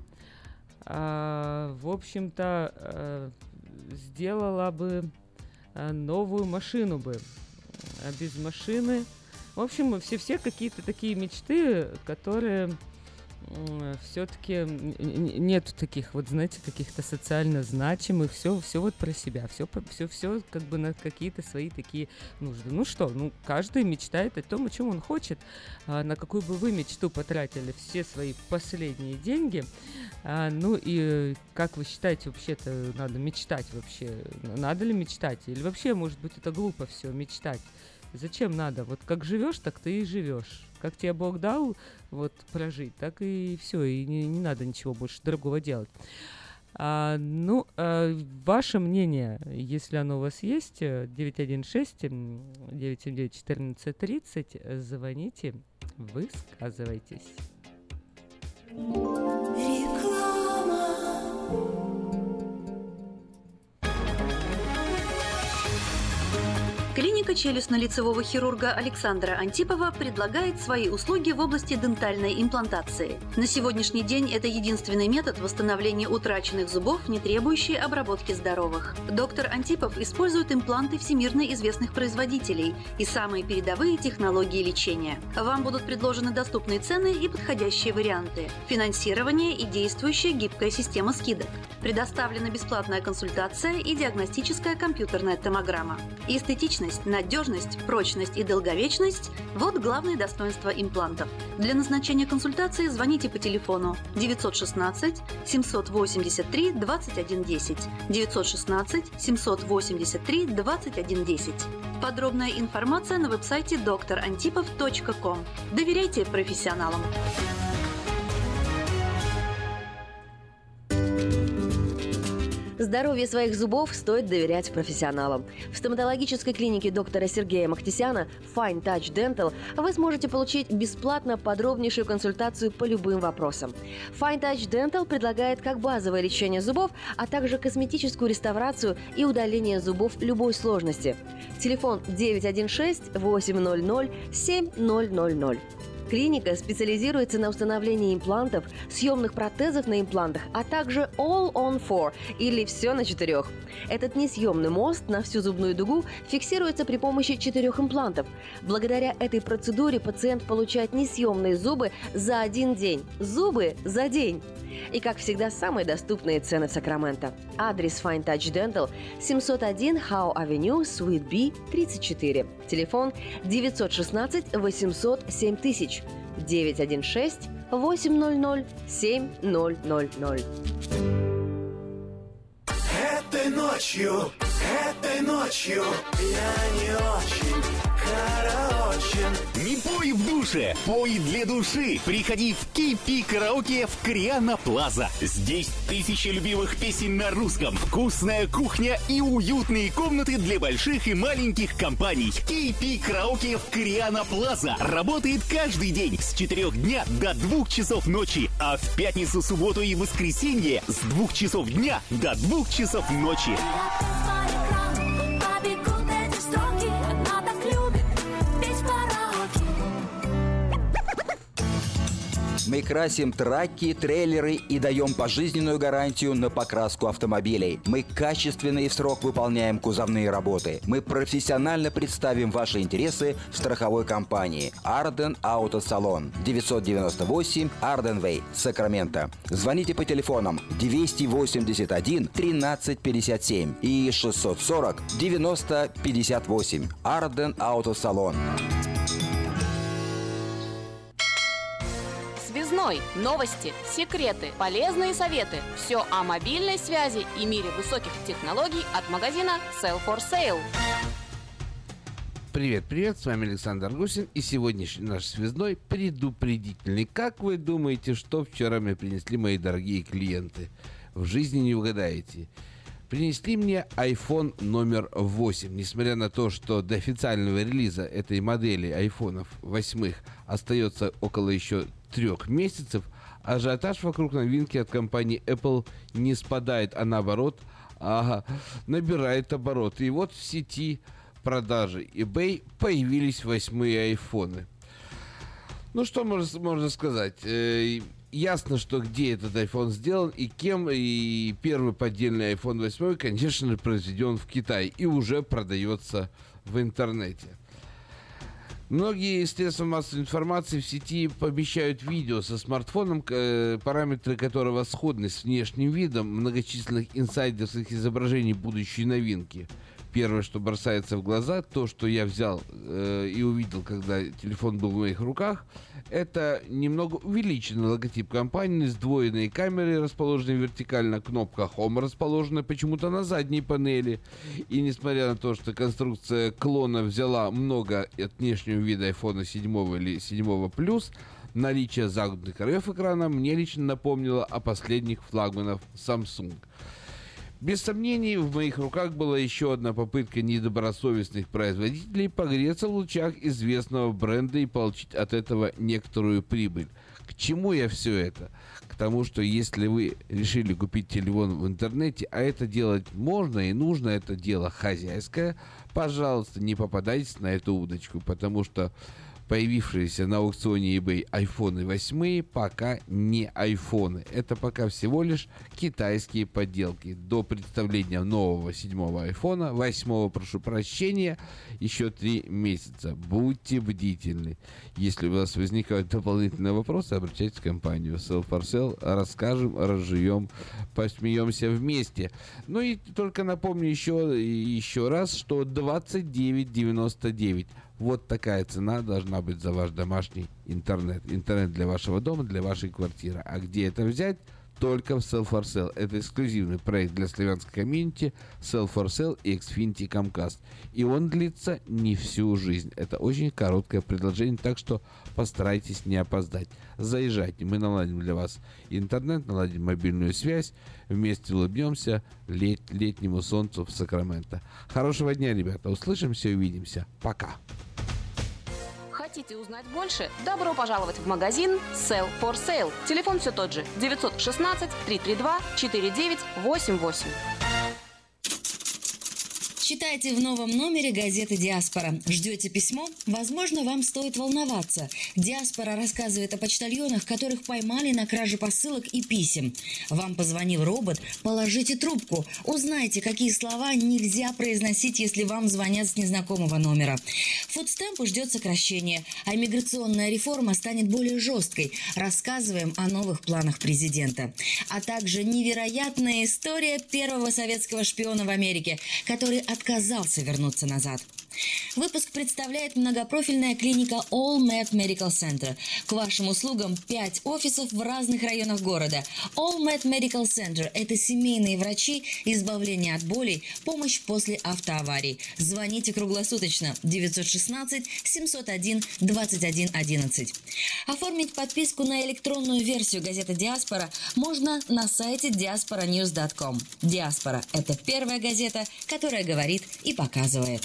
В общем-то, сделала бы новую машину бы. А без машины... В общем, все какие-то такие мечты, которые все-таки нет таких, вот знаете, каких-то социально значимых, все вот про себя, все как бы на какие-то свои такие нужды. Каждый мечтает о том, о чем он хочет. На какую бы вы мечту потратили все свои последние деньги? И как вы считаете, вообще-то надо мечтать вообще? Надо ли мечтать? Или вообще, может быть, это глупо все мечтать? Зачем надо? Вот как живешь, так ты и живешь. Как тебе Бог дал прожить, так и все. И не надо ничего больше другого делать. Ваше мнение, если оно у вас есть, 916-979-1430, звоните, высказывайтесь. Клиника челюстно-лицевого хирурга Александра Антипова предлагает свои услуги в области дентальной имплантации. На сегодняшний день это единственный метод восстановления утраченных зубов, не требующий обработки здоровых. Доктор Антипов использует импланты всемирно известных производителей и самые передовые технологии лечения. Вам будут предложены доступные цены и подходящие варианты. Финансирование и действующая гибкая система скидок. Предоставлена бесплатная консультация и диагностическая компьютерная томограмма. Эстетичность, надежность, прочность и долговечность – вот главные достоинства имплантов. Для назначения консультации звоните по телефону 916 783 2110 916 783 2110. Подробная информация на веб-сайте drantipov.com. Доверяйте профессионалам. Здоровье своих зубов стоит доверять профессионалам. В стоматологической клинике доктора Сергея Махтисяна Fine Touch Dental вы сможете получить бесплатно подробнейшую консультацию по любым вопросам. Fine Touch Dental предлагает как базовое лечение зубов, а также косметическую реставрацию и удаление зубов любой сложности. Телефон 916-800-7000. Клиника специализируется на установлении имплантов, съемных протезов на имплантах, а также All on 4 или все на 4. Этот несъемный мост на всю зубную дугу фиксируется при помощи 4 имплантов. Благодаря этой процедуре пациент получает несъемные зубы за один день. Зубы за день. И, как всегда, самые доступные цены в Сакраменто. Адрес Fine Touch Dental 701 Howe Avenue, Suite B, 34. Телефон 916-800-7000. 916-800-7000. Этой ночью я не очень караочен. Не пой в душе, пой для души. Приходи в KP Караоке в Криана Плаза. Здесь тысячи любимых песен на русском, вкусная кухня и уютные комнаты для больших и маленьких компаний. KP Караоке в Криана Плаза работает каждый день с 4 дня до 2 часов ночи, а в пятницу, субботу и воскресенье с 2 часов дня до 2 часов ночи. Мы красим траки, трейлеры и даем пожизненную гарантию на покраску автомобилей. Мы качественно и в срок выполняем кузовные работы. Мы профессионально представим ваши интересы в страховой компании Arden Auto Salon, 998 Arden Way, Сакраменто. Звоните по телефонам 281 13 57 и 640 90 58. Arden Auto Salon. связной. Новости, секреты, полезные советы. Все о мобильной связи и мире высоких технологий от магазина Sell for Sale. Привет, с вами Александр Гусин, и сегодняшний наш связной предупредительный. Как вы думаете, что вчера мне принесли мои дорогие клиенты? В жизни не угадаете. Принесли мне iPhone номер 8. Несмотря на то, что до официального релиза этой модели айфонов 8 остается около еще 3 месяцев, ажиотаж вокруг новинки от компании Apple не спадает, а наоборот, набирает обороты. И вот в сети продажи eBay появились 8 айфоны. Ну, что можно сказать? Ясно, что где этот iPhone сделан и кем. И первый поддельный iPhone 8, конечно же, произведен в Китае и уже продается в интернете. Многие средства массовой информации в сети помещают видео со смартфоном, параметры которого сходны с внешним видом многочисленных инсайдерских изображений будущей новинки. Первое, что бросается в глаза, то, что я взял и увидел, когда телефон был в моих руках, это немного увеличенный логотип компании, сдвоенные камеры, расположенные вертикально, кнопка Home расположена почему-то на задней панели. И несмотря на то, что конструкция клона взяла много от внешнего вида iPhone 7 или 7 Plus, наличие загнутых краев экрана мне лично напомнило о последних флагманах Samsung. Без сомнений, в моих руках была еще одна попытка недобросовестных производителей погреться в лучах известного бренда и получить от этого некоторую прибыль. К чему я все это? К тому, что если вы решили купить телефон в интернете, а это делать можно и нужно, это дело хозяйское, пожалуйста, не попадайтесь на эту удочку, потому что появившиеся на аукционе eBay iPhone 8 пока не айфоны. Это пока всего лишь китайские подделки. До представления нового 7-го iPhone, 8-го, прошу прощения, еще 3 месяца. Будьте бдительны. Если у вас возникают дополнительные вопросы, обращайтесь в компанию Sell for Sale. Расскажем, разживем, посмеемся вместе. Ну и только напомню еще раз, что 29,99. Вот такая цена должна быть за ваш домашний интернет. Интернет для вашего дома, для вашей квартиры. А где это взять? Только в Sell for Sale. Это эксклюзивный проект для славянской комьюнити Sell for Sale и Xfinity Comcast. И он длится не всю жизнь. Это очень короткое предложение, так что постарайтесь не опоздать. Заезжайте, мы наладим для вас интернет, наладим мобильную связь. Вместе улыбнемся летнему солнцу в Сакраменто. Хорошего дня, ребята. Услышимся и увидимся. Пока. Хотите узнать больше? Добро пожаловать в магазин Sell for Sale. Телефон все тот же. 916-332-4988. Читайте в новом номере газеты «Диаспора». Ждете письмо? Возможно, вам стоит волноваться. «Диаспора» рассказывает о почтальонах, которых поймали на краже посылок и писем. Вам позвонил робот? Положите трубку. Узнайте, какие слова нельзя произносить, если вам звонят с незнакомого номера. Фудстемпу ждет сокращение, а миграционная реформа станет более жесткой. Рассказываем о новых планах президента. А также невероятная история первого советского шпиона в Америке, который отказался вернуться назад. Выпуск представляет многопрофильная клиника All Med Medical Center. К вашим услугам 5 офисов в разных районах города. All Med Medical Center – это семейные врачи, избавление от болей, помощь после автоаварий. Звоните круглосуточно 916-701-2111. Оформить подписку на электронную версию газеты «Диаспора» можно на сайте diasporanews.com. «Диаспора» – это первая газета, которая говорит и показывает.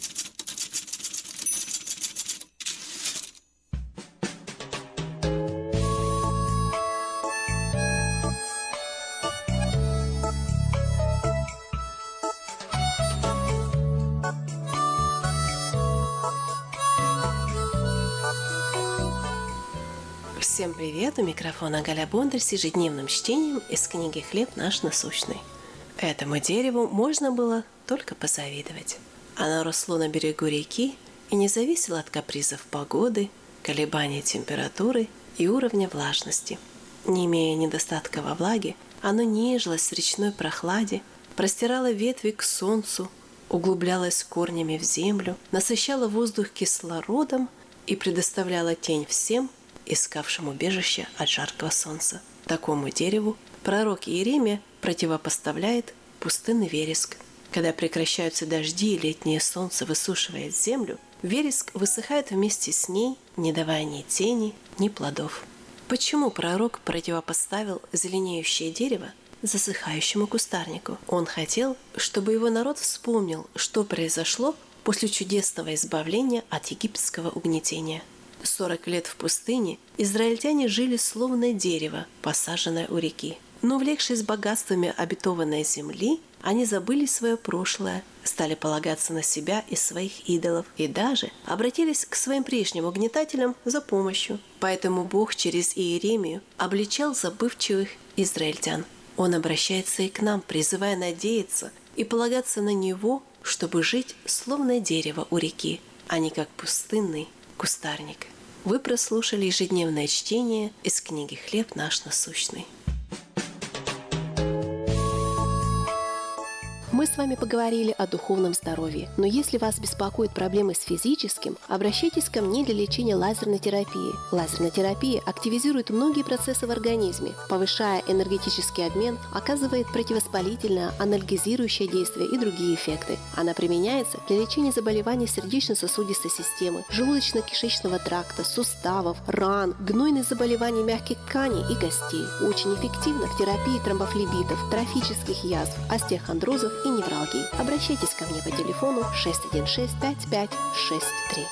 Всем привет! У микрофона Галя Бондарь с ежедневным чтением из книги «Хлеб наш насущный». Этому дереву можно было только позавидовать. Оно росло на берегу реки и не зависело от капризов погоды, колебаний температуры и уровня влажности. Не имея недостатка во влаге, оно нежилось в речной прохладе, простирало ветви к солнцу, углублялось корнями в землю, насыщало воздух кислородом и предоставляло тень всем, искавшим убежище от жаркого солнца. Такому дереву пророк Иеремия противопоставляет пустынный вереск. Когда прекращаются дожди и летнее солнце высушивает землю, вереск высыхает вместе с ней, не давая ни тени, ни плодов. Почему пророк противопоставил зеленеющее дерево засыхающему кустарнику? Он хотел, чтобы его народ вспомнил, что произошло после чудесного избавления от египетского угнетения. 40 лет в пустыне израильтяне жили словно дерево, посаженное у реки. Но, увлекшись богатствами обетованной земли, они забыли свое прошлое, стали полагаться на себя и своих идолов и даже обратились к своим прежним угнетателям за помощью. Поэтому Бог через Иеремию обличал забывчивых израильтян. Он обращается и к нам, призывая надеяться и полагаться на Него, чтобы жить словно дерево у реки, а не как пустынный кустарник. Вы прослушали ежедневное чтение из книги «Хлеб наш насущный». Мы с вами поговорили о духовном здоровье, но если вас беспокоят проблемы с физическим, обращайтесь ко мне для лечения лазерной терапии. Лазерная терапия активизирует многие процессы в организме, повышая энергетический обмен, оказывает противовоспалительное, анальгезирующее действие и другие эффекты. Она применяется для лечения заболеваний сердечно-сосудистой системы, желудочно-кишечного тракта, суставов, ран, гнойных заболеваний мягких тканей и костей. Очень эффективно в терапии тромбофлебитов, трофических язв, остеохондрозов и невралгии. Обращайтесь ко мне по телефону 616-5563.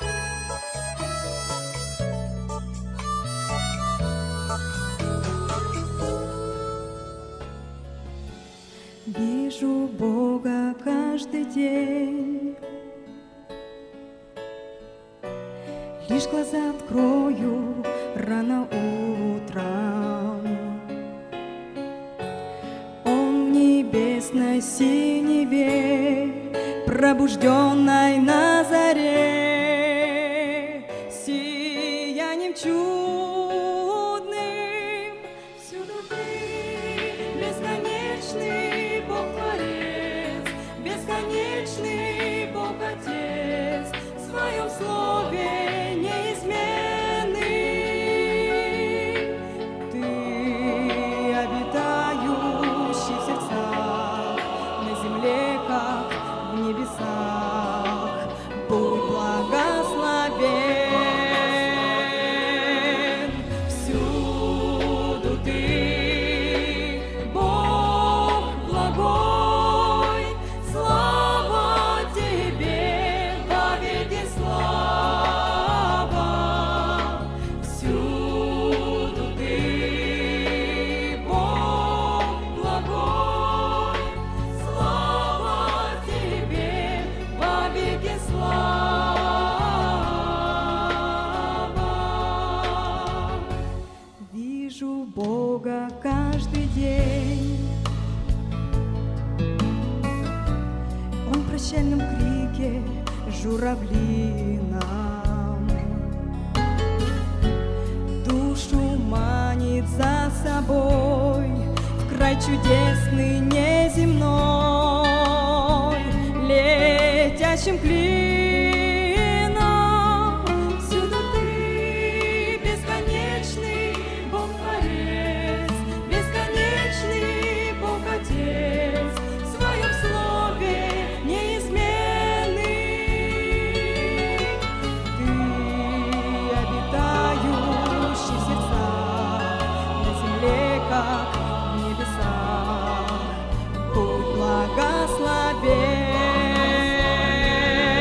Вижу Бога каждый день, лишь глаза открою рано утром. Он в небесной синеве, пробужденной на заре, сиянием чудным, всюду ты, бесконечный Бог-творец, бесконечный Бог-отец, в своем слове неизменный. Ты обитающий в сердцах, на земле, как в небесах, будь благословен. Всюду ты, Бог благой, слава тебе, вовеки слава. Всюду ты, Бог благой, слава тебе, вовеки слава. Вижу Бога каждый день, Он в прощальном крике журавлином душу манит за собой в край чудесный неземной, летящим клином. Всюду ты, бесконечный Бог-творец, бесконечный Бог-отец, в своем слове неизменный. Ты обитающий в сердцах, на земле, как в небесах, будь благословен.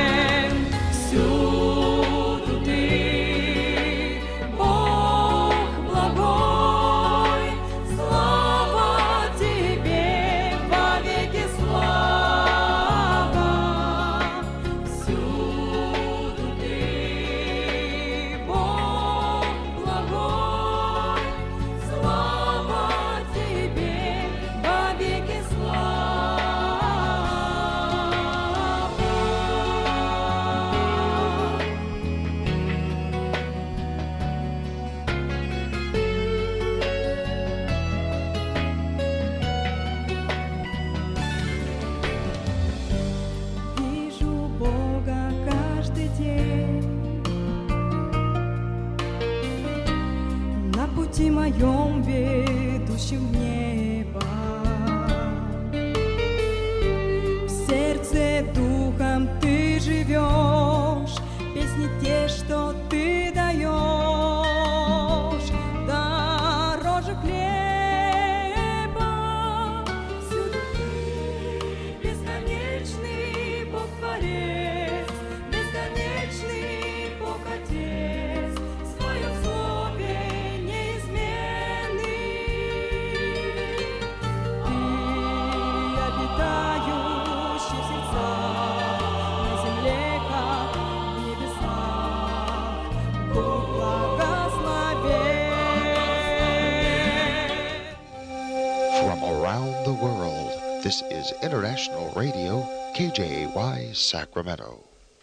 from around the world. This is International Radio, KJY, Sacramento.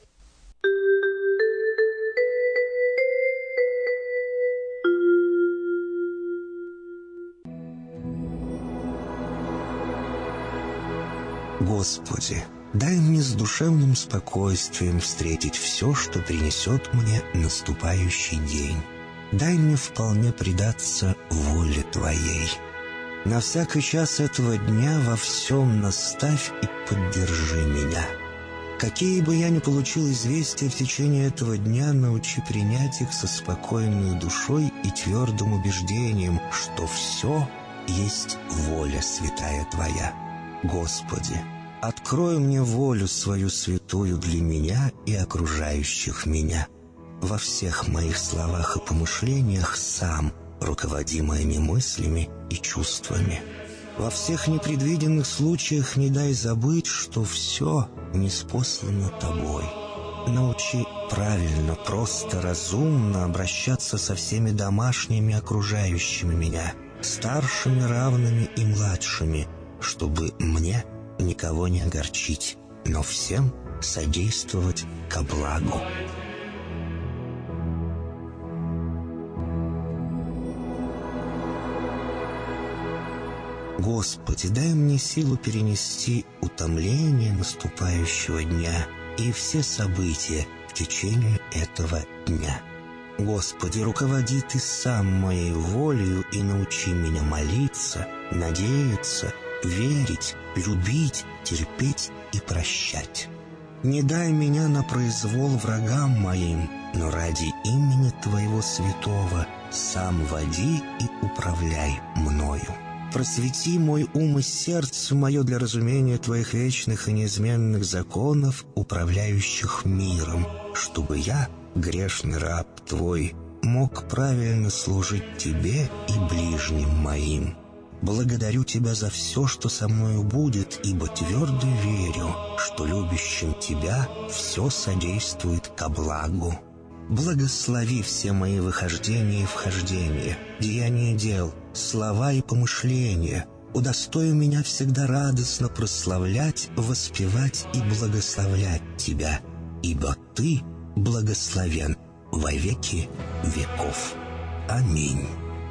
Господи, дай мне с душевным спокойствием встретить все, что принесет мне наступающий день. Дай мне вполне предаться воле Твоей. На всякий час этого дня во всем наставь и поддержи меня. Какие бы я ни получил известия в течение этого дня, научи принять их со спокойной душой и твердым убеждением, что все есть воля святая Твоя. Господи, открой мне волю свою святую для меня и окружающих меня. Во всех моих словах и помышлениях сам, руководи моими мыслями и чувствами. Во всех непредвиденных случаях не дай забыть, что все ниспослано Тобой. Научи правильно, просто, разумно обращаться со всеми домашними, окружающими меня, старшими, равными и младшими, чтобы мне никого не огорчить, но всем содействовать ко благу. Господи, дай мне силу перенести утомление наступающего дня и все события в течение этого дня. Господи, руководи Ты сам моей волею и научи меня молиться, надеяться, верить, любить, терпеть и прощать. Не дай меня на произвол врагам моим, но ради имени Твоего святого сам води и управляй мною. Просвети мой ум и сердце мое для разумения Твоих вечных и неизменных законов, управляющих миром, чтобы я, грешный раб Твой, мог правильно служить Тебе и ближним моим. Благодарю Тебя за все, что со мною будет, ибо твердо верю, что любящим Тебя все содействует ко благу. Благослови все мои выхождения и вхождения, деяния дел, слова и помышления. Удостой меня всегда радостно прославлять, воспевать и благословлять Тебя, ибо Ты благословен во веки веков. Аминь.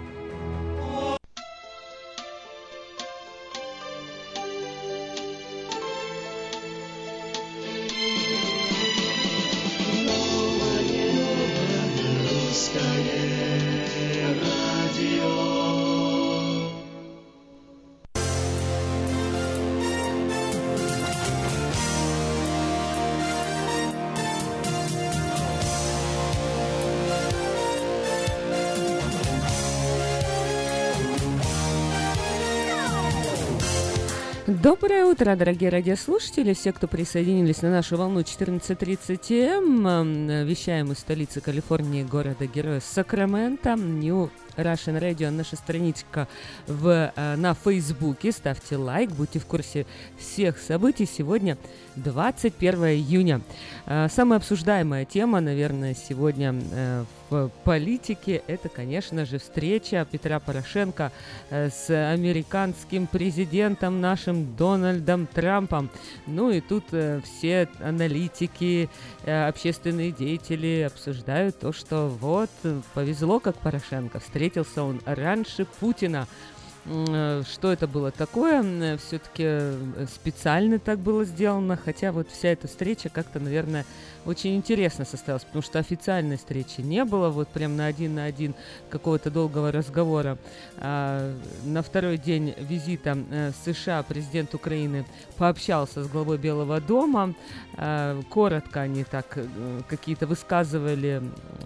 Доброе утро, дорогие радиослушатели, все, кто присоединились на нашу волну 14:30 м. Вещаем из столицы Калифорнии, города-героя Сакраменто. New Russian Radio, наша страничка на Фейсбуке. Ставьте лайк, будьте в курсе всех событий. Сегодня 21 июня. Самая обсуждаемая тема, наверное, сегодня в политике, это, конечно же, встреча Петра Порошенко с американским президентом нашим Дональдом Трампом. Ну и тут все аналитики, общественные деятели обсуждают то, что вот повезло, как Порошенко, встретился он раньше Путина. Что это было такое? Все-таки специально так было сделано, хотя вот вся эта встреча как-то, наверное, очень интересно состоялась, потому что официальной встречи не было, вот прям на один какого-то долгого разговора. На второй день визита США президент Украины пообщался с главой Белого дома. Коротко они так какие-то высказывали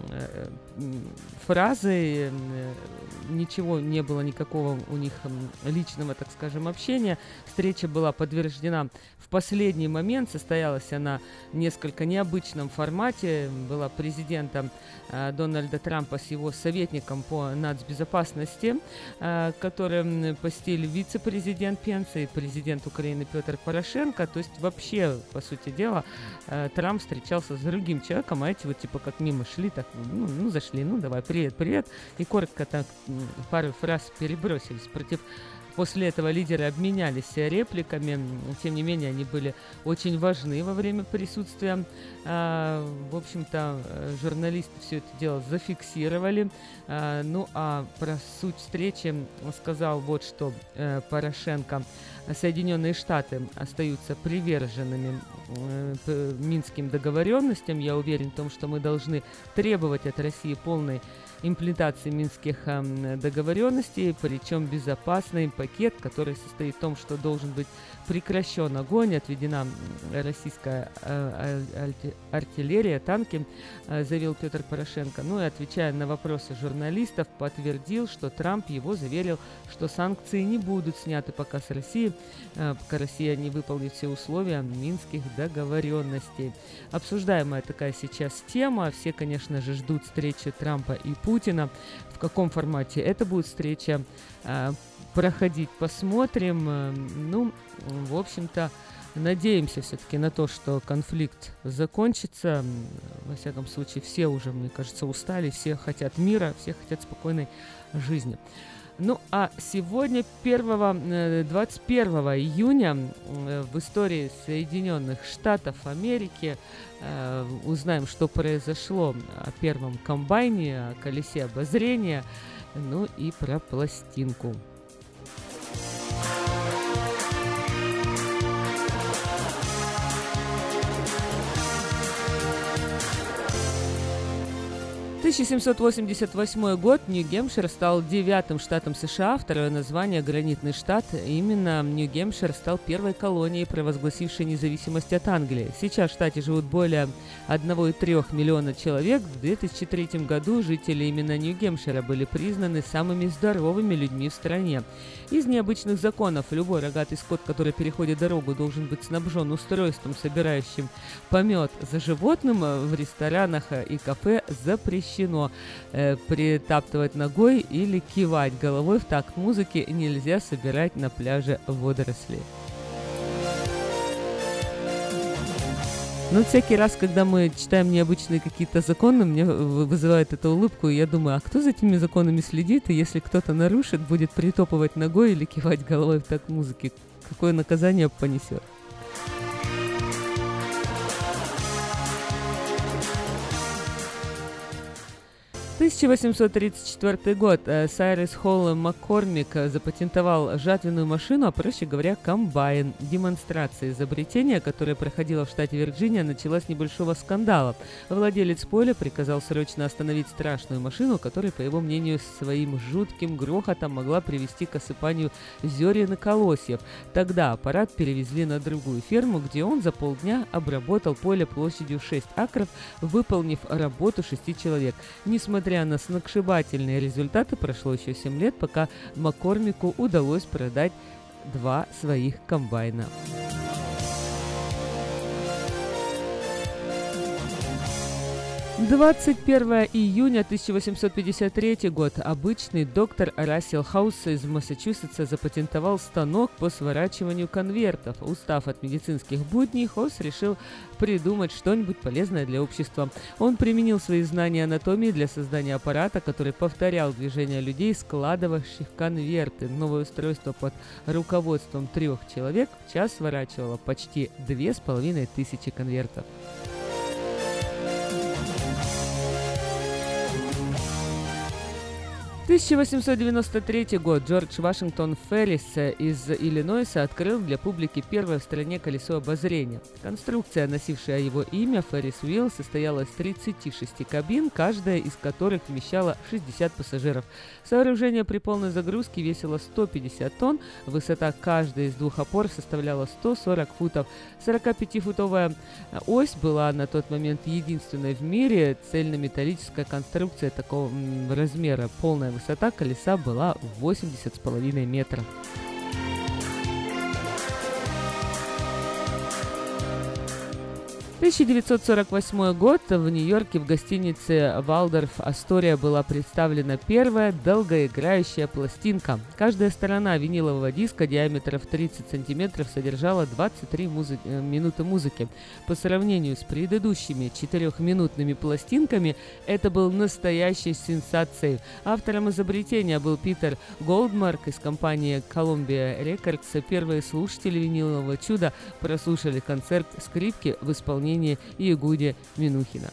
фразы, ничего не было, никакого у них личного, так скажем, общения. Встреча была подтверждена в последний момент, состоялась она в несколько необычном формате. Была президента Дональда Трампа с его советником по нацбезопасности, который посетили вице-президент Пенс и президент Украины Петр Порошенко. То есть вообще, по сути дела, Трамп встречался с другим человеком, а эти вот типа как мимо шли, так, ну зашли, ну давай, привет, привет, и коротко так пару фраз перебросились. Против После этого лидеры обменялись репликами, тем не менее они были очень важны во время присутствия. В общем-то, журналисты все это дело зафиксировали. Ну а про суть встречи сказал вот что Порошенко. Соединенные Штаты остаются приверженными Минским договоренностям. Я уверен в том, что мы должны требовать от России полной имплементации минских договоренностей, причем безопасный пакет, который состоит в том, что должен быть прекращен огонь, отведена российская артиллерия, танки, заявил Петр Порошенко. Ну и отвечая на вопросы журналистов, подтвердил, что Трамп его заверил, что санкции не будут сняты пока с России, пока Россия не выполнит все условия минских договоренностей. Обсуждаемая такая сейчас тема. Все, конечно же, ждут встречи Трампа и Путина. В каком формате это будет встреча проходить, посмотрим. Ну, в общем-то, надеемся все-таки на то, что конфликт закончится. Во всяком случае, все уже, мне кажется, устали, все хотят мира, все хотят спокойной жизни. Ну, а сегодня, 21 июня, в истории Соединенных Штатов Америки узнаем, что произошло о первом комбайне, о колесе обозрения, ну и про пластинку. В 1788 год Нью-Гэмпшир стал 9-м штатом США, второе название «Гранитный штат». Именно Нью-Гэмпшир стал первой колонией, провозгласившей независимость от Англии. Сейчас в штате живут более 1,3 миллиона человек. В 2003 году жители именно Нью-Гэмпшира были признаны самыми здоровыми людьми в стране. Из необычных законов любой рогатый скот, который переходит дорогу, должен быть снабжен устройством, собирающим помет за животным. В ресторанах и кафе запрещено притаптывать ногой или кивать головой в такт музыки, нельзя собирать на пляже водоросли. Но всякий раз, когда мы читаем необычные какие-то законы, мне вызывает это улыбку, и я думаю, а кто за этими законами следит, и если кто-то нарушит, будет притопывать ногой или кивать головой в такт музыки, какое наказание понесет? 1834 год. Сайрес Холл Маккормик запатентовал жатвенную машину, а проще говоря, комбайн. Демонстрация изобретения, которая проходила в штате Вирджиния, началась с небольшого скандала. Владелец поля приказал срочно остановить страшную машину, которая, по его мнению, своим жутким грохотом могла привести к осыпанию зерен и колосьев. Тогда аппарат перевезли на другую ферму, где он за полдня обработал поле площадью 6 акров, выполнив работу 6 человек. Несмотря на сногсшибательные результаты, прошло еще 7 лет, пока Маккормику удалось продать 2 своих комбайна. 21 июня 1853 год. Обычный доктор Рассел Хаус из Массачусетса запатентовал станок по сворачиванию конвертов. Устав от медицинских будней, Хаус решил придумать что-нибудь полезное для общества. Он применил свои знания анатомии для создания аппарата, который повторял движения людей, складывающих конверты. Новое устройство под руководством 3 человек в час сворачивало почти 2500 конвертов. 1893 год. Джордж Вашингтон Феррис из Иллинойса открыл для публики первое в стране колесо обозрения. Конструкция, носившая его имя, Феррис Уилл, состояла из 36 кабин, каждая из которых вмещала 60 пассажиров. Сооружение при полной загрузке весило 150 тонн, высота каждой из 2 опор составляла 140 футов. 45-футовая ось была на тот момент единственной в мире. Цельнометаллическая конструкция такого размера. Полная высота колеса была 80,5 метров. 1948 год. В Нью-Йорке в гостинице «Валдорф Астория» была представлена первая долгоиграющая пластинка. Каждая сторона винилового диска диаметром в 30 сантиметров содержала 23 минуты музыки. По сравнению с предыдущими 4-минутными пластинками, это был настоящей сенсацией. Автором изобретения был Питер Голдмарк из компании Columbia Records. Первые слушатели винилового чуда прослушали концерт скрипки в исполнении Ягуди Минухина.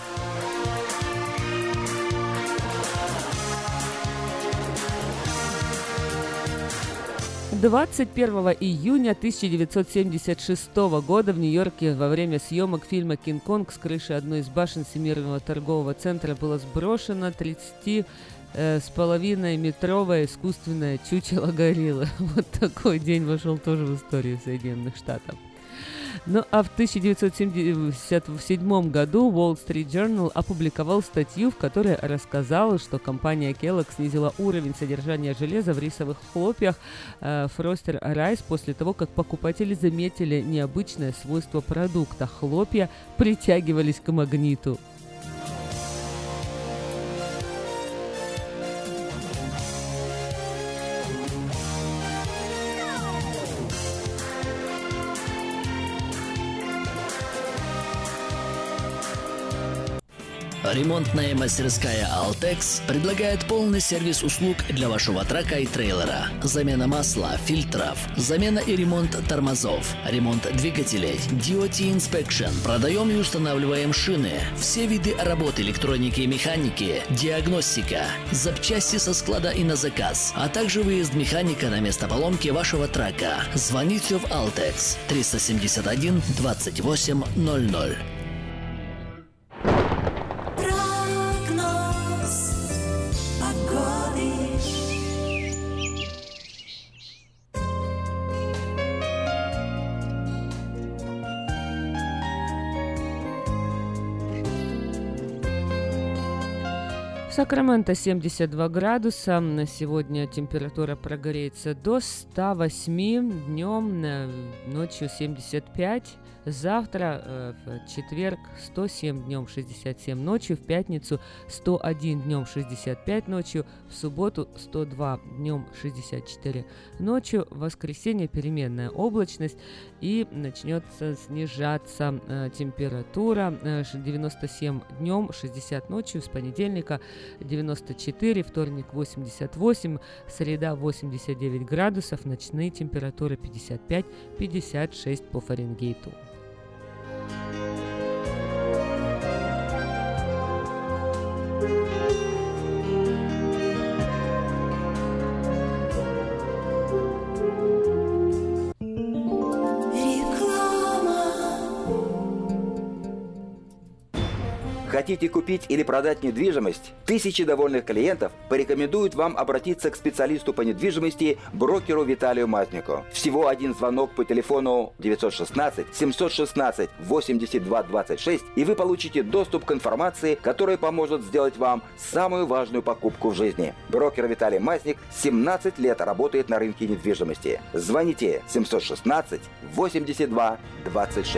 21 июня 1976 года в Нью-Йорке во время съемок фильма «Кинг-Конг» с крыши одной из башен Всемирного торгового центра было сброшено 30,5-метровое искусственное чучело гориллы. Вот такой день вошел тоже в историю Соединенных Штатов. Ну а в 1977 году Wall Street Journal опубликовал статью, в которой рассказала, что компания Kellogg снизила уровень содержания железа в рисовых хлопьях Froster Rice после того, как покупатели заметили необычное свойство продукта. Хлопья притягивались к магниту. Ремонтная мастерская «Алтекс» предлагает полный сервис услуг для вашего трака и трейлера. Замена масла, фильтров, замена и ремонт тормозов, ремонт двигателей, DOT Inspection. Продаем и устанавливаем шины, все виды работы электроники и механики, диагностика, запчасти со склада и на заказ, а также выезд механика на место поломки вашего трака. Звоните в «Алтекс» 371 28 00. Сакраменто 72 градуса. На сегодня температура прогреется до 108, днем, ночью 75. Завтра, в четверг, 107 днем, 67 ночью, в пятницу 101 днем, 65 ночью, в субботу 102 днем, 64 ночью, в воскресенье переменная облачность и начнется снижаться температура 97 днем, 60 ночью, с понедельника 94, вторник 88, среда 89 градусов, ночные температуры 55-56 по Фаренгейту. Хотите купить или продать недвижимость? Тысячи довольных клиентов порекомендуют вам обратиться к специалисту по недвижимости, брокеру Виталию Мазнику. Всего один звонок по телефону 916-716-8226, и вы получите доступ к информации, которая поможет сделать вам самую важную покупку в жизни. Брокер Виталий Мазник 17 лет работает на рынке недвижимости. Звоните 716-8226.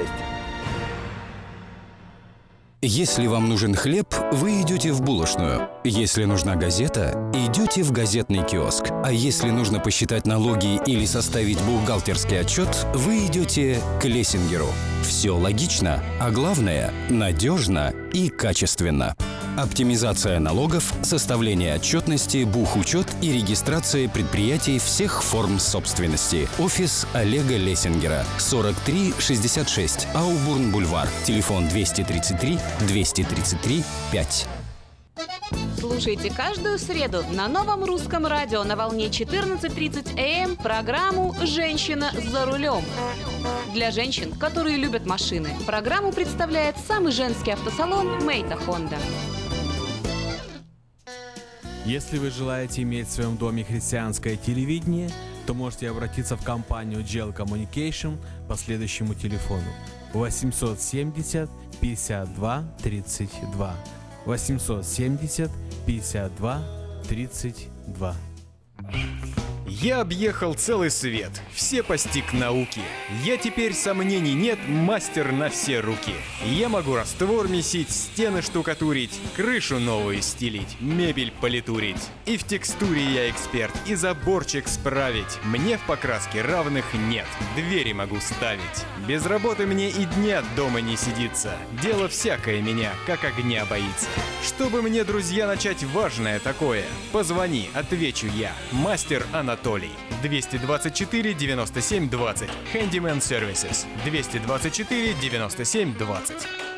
Если вам нужен хлеб, вы идете в булочную. Если нужна газета, идете в газетный киоск. А если нужно посчитать налоги или составить бухгалтерский отчет, вы идете к Лессингеру. Все логично, а главное – надежно и качественно. Оптимизация налогов, составление отчетности, бухучет и регистрация предприятий всех форм собственности. Офис Олега Лессингера. 4366 Аубурн-Бульвар. Телефон 233 233 5. Слушайте каждую среду на новом русском радио на волне 14:30 АМ программу «Женщина за рулем». Для женщин, которые любят машины, программу представляет самый женский автосалон «Мейта Хонда». Если вы желаете иметь в своем доме христианское телевидение, то можете обратиться в компанию GL Communication по следующему телефону 870 52 32 870 52 32. Я объехал целый свет, все постиг науки. Я теперь, сомнений нет, мастер на все руки. Я могу раствор месить, стены штукатурить, крышу новую стелить, мебель политурить. И в текстуре я эксперт, и заборчик справить. Мне в покраске равных нет, двери могу ставить. Без работы мне и дня дома не сидится. Дело всякое меня, как огня боится. Чтобы мне, друзья, начать важное такое, позвони, отвечу я. Мастер Анатолий. 224 97 20. Handyman Services. 224 97 20.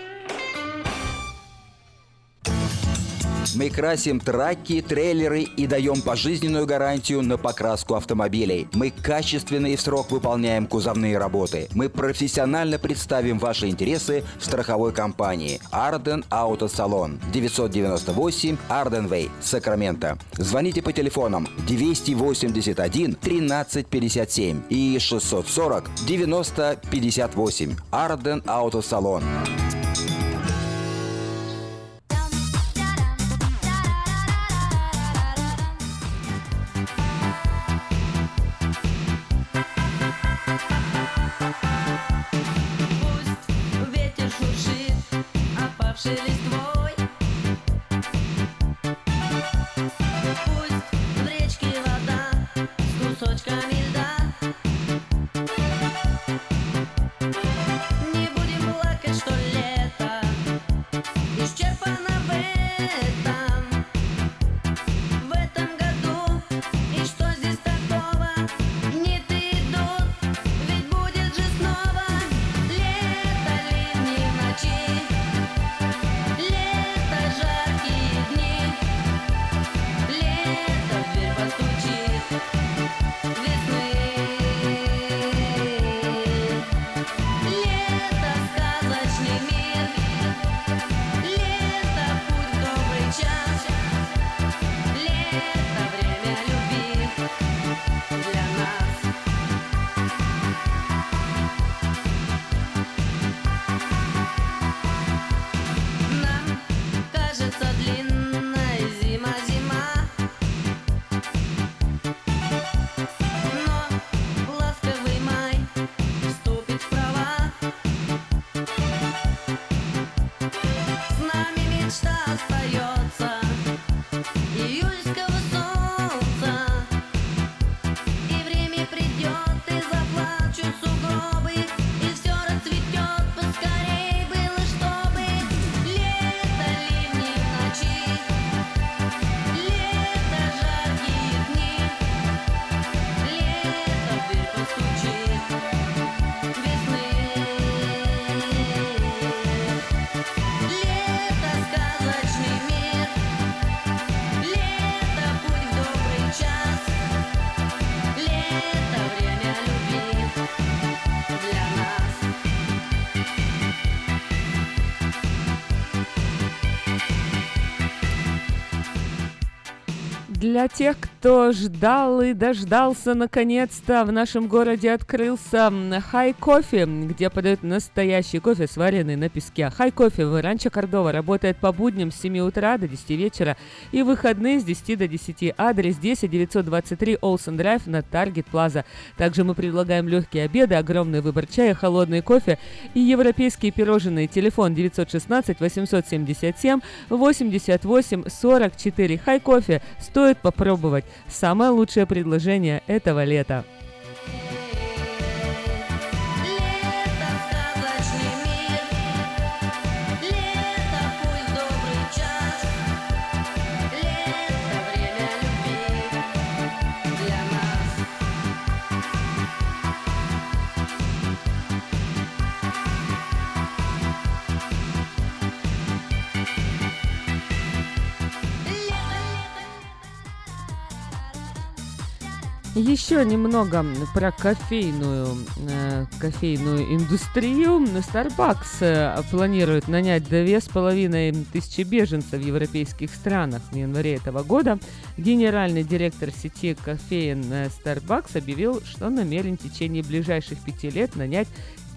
Мы красим траки, трейлеры и даем пожизненную гарантию на покраску автомобилей. Мы качественно и в срок выполняем кузовные работы. Мы профессионально представим ваши интересы в страховой компании Arden Auto Salon. 998 Arden Way, Сакраменто. Звоните по телефонам 281 13 57 и 640 90 58. Arden Auto Salon. Для тех, кто ждал и дождался, наконец-то в нашем городе открылся Хай Кофе, где подают настоящий кофе, сваренный на песке. Хай Кофе в Ранчо Кордова работает по будням с 7 утра до 10 вечера и выходные с 10 до 10. Адрес 10923 Олсен Драйв на Таргет Плаза. Также мы предлагаем легкие обеды, огромный выбор чая, холодный кофе и европейские пирожные. Телефон 916 877 88 44. Хай Кофе стоит попробовать. Самое лучшее предложение этого лета. Еще немного про кофейную индустрию. Starbucks планирует нанять 2500 беженцев в европейских странах в январе этого года. Генеральный директор сети кофеен Starbucks объявил, что намерен в течение ближайших 5 лет нанять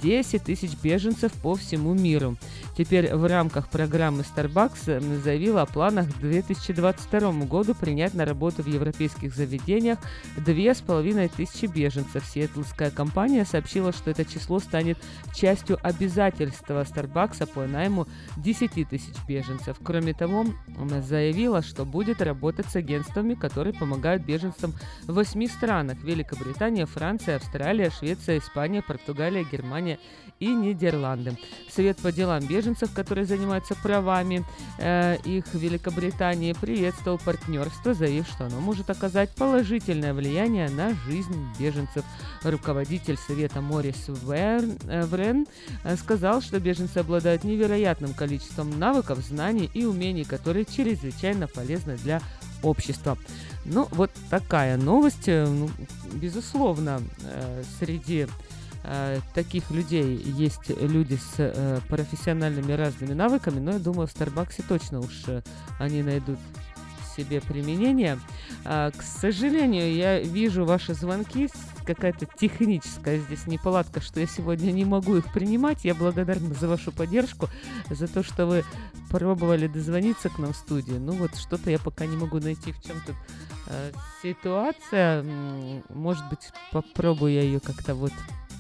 10 тысяч беженцев по всему миру. Теперь в рамках программы Starbucks заявила о планах к 2022 году принять на работу в европейских заведениях 2500 беженцев. Сиэтлская компания сообщила, что это число станет частью обязательства Starbucks по найму 10 тысяч беженцев. Кроме того, она заявила, что будет работать с агентствами, которые помогают беженцам в 8 странах: Великобритания, Франция, Австралия, Швеция, Испания, Португалия, Германия и Нидерланды. Совет по делам беженцев, который занимается правами их в Великобритании, приветствовал партнерство, заявив, что оно может оказать положительное влияние на жизнь беженцев. Руководитель Совета Морис Врен сказал, что беженцы обладают невероятным количеством навыков, знаний и умений, которые чрезвычайно полезны для общества. Ну, вот такая новость. Безусловно, среди таких людей есть люди с профессиональными разными навыками, но я думаю, в Старбаксе точно уж они найдут себе применение. К сожалению, я вижу ваши звонки, какая-то техническая здесь неполадка, что я сегодня не могу их принимать. Я благодарна за вашу поддержку, за то, что вы пробовали дозвониться к нам в студию. Ну вот что-то я пока не могу найти, в чем тут ситуация. Может быть, попробую я ее как-то вот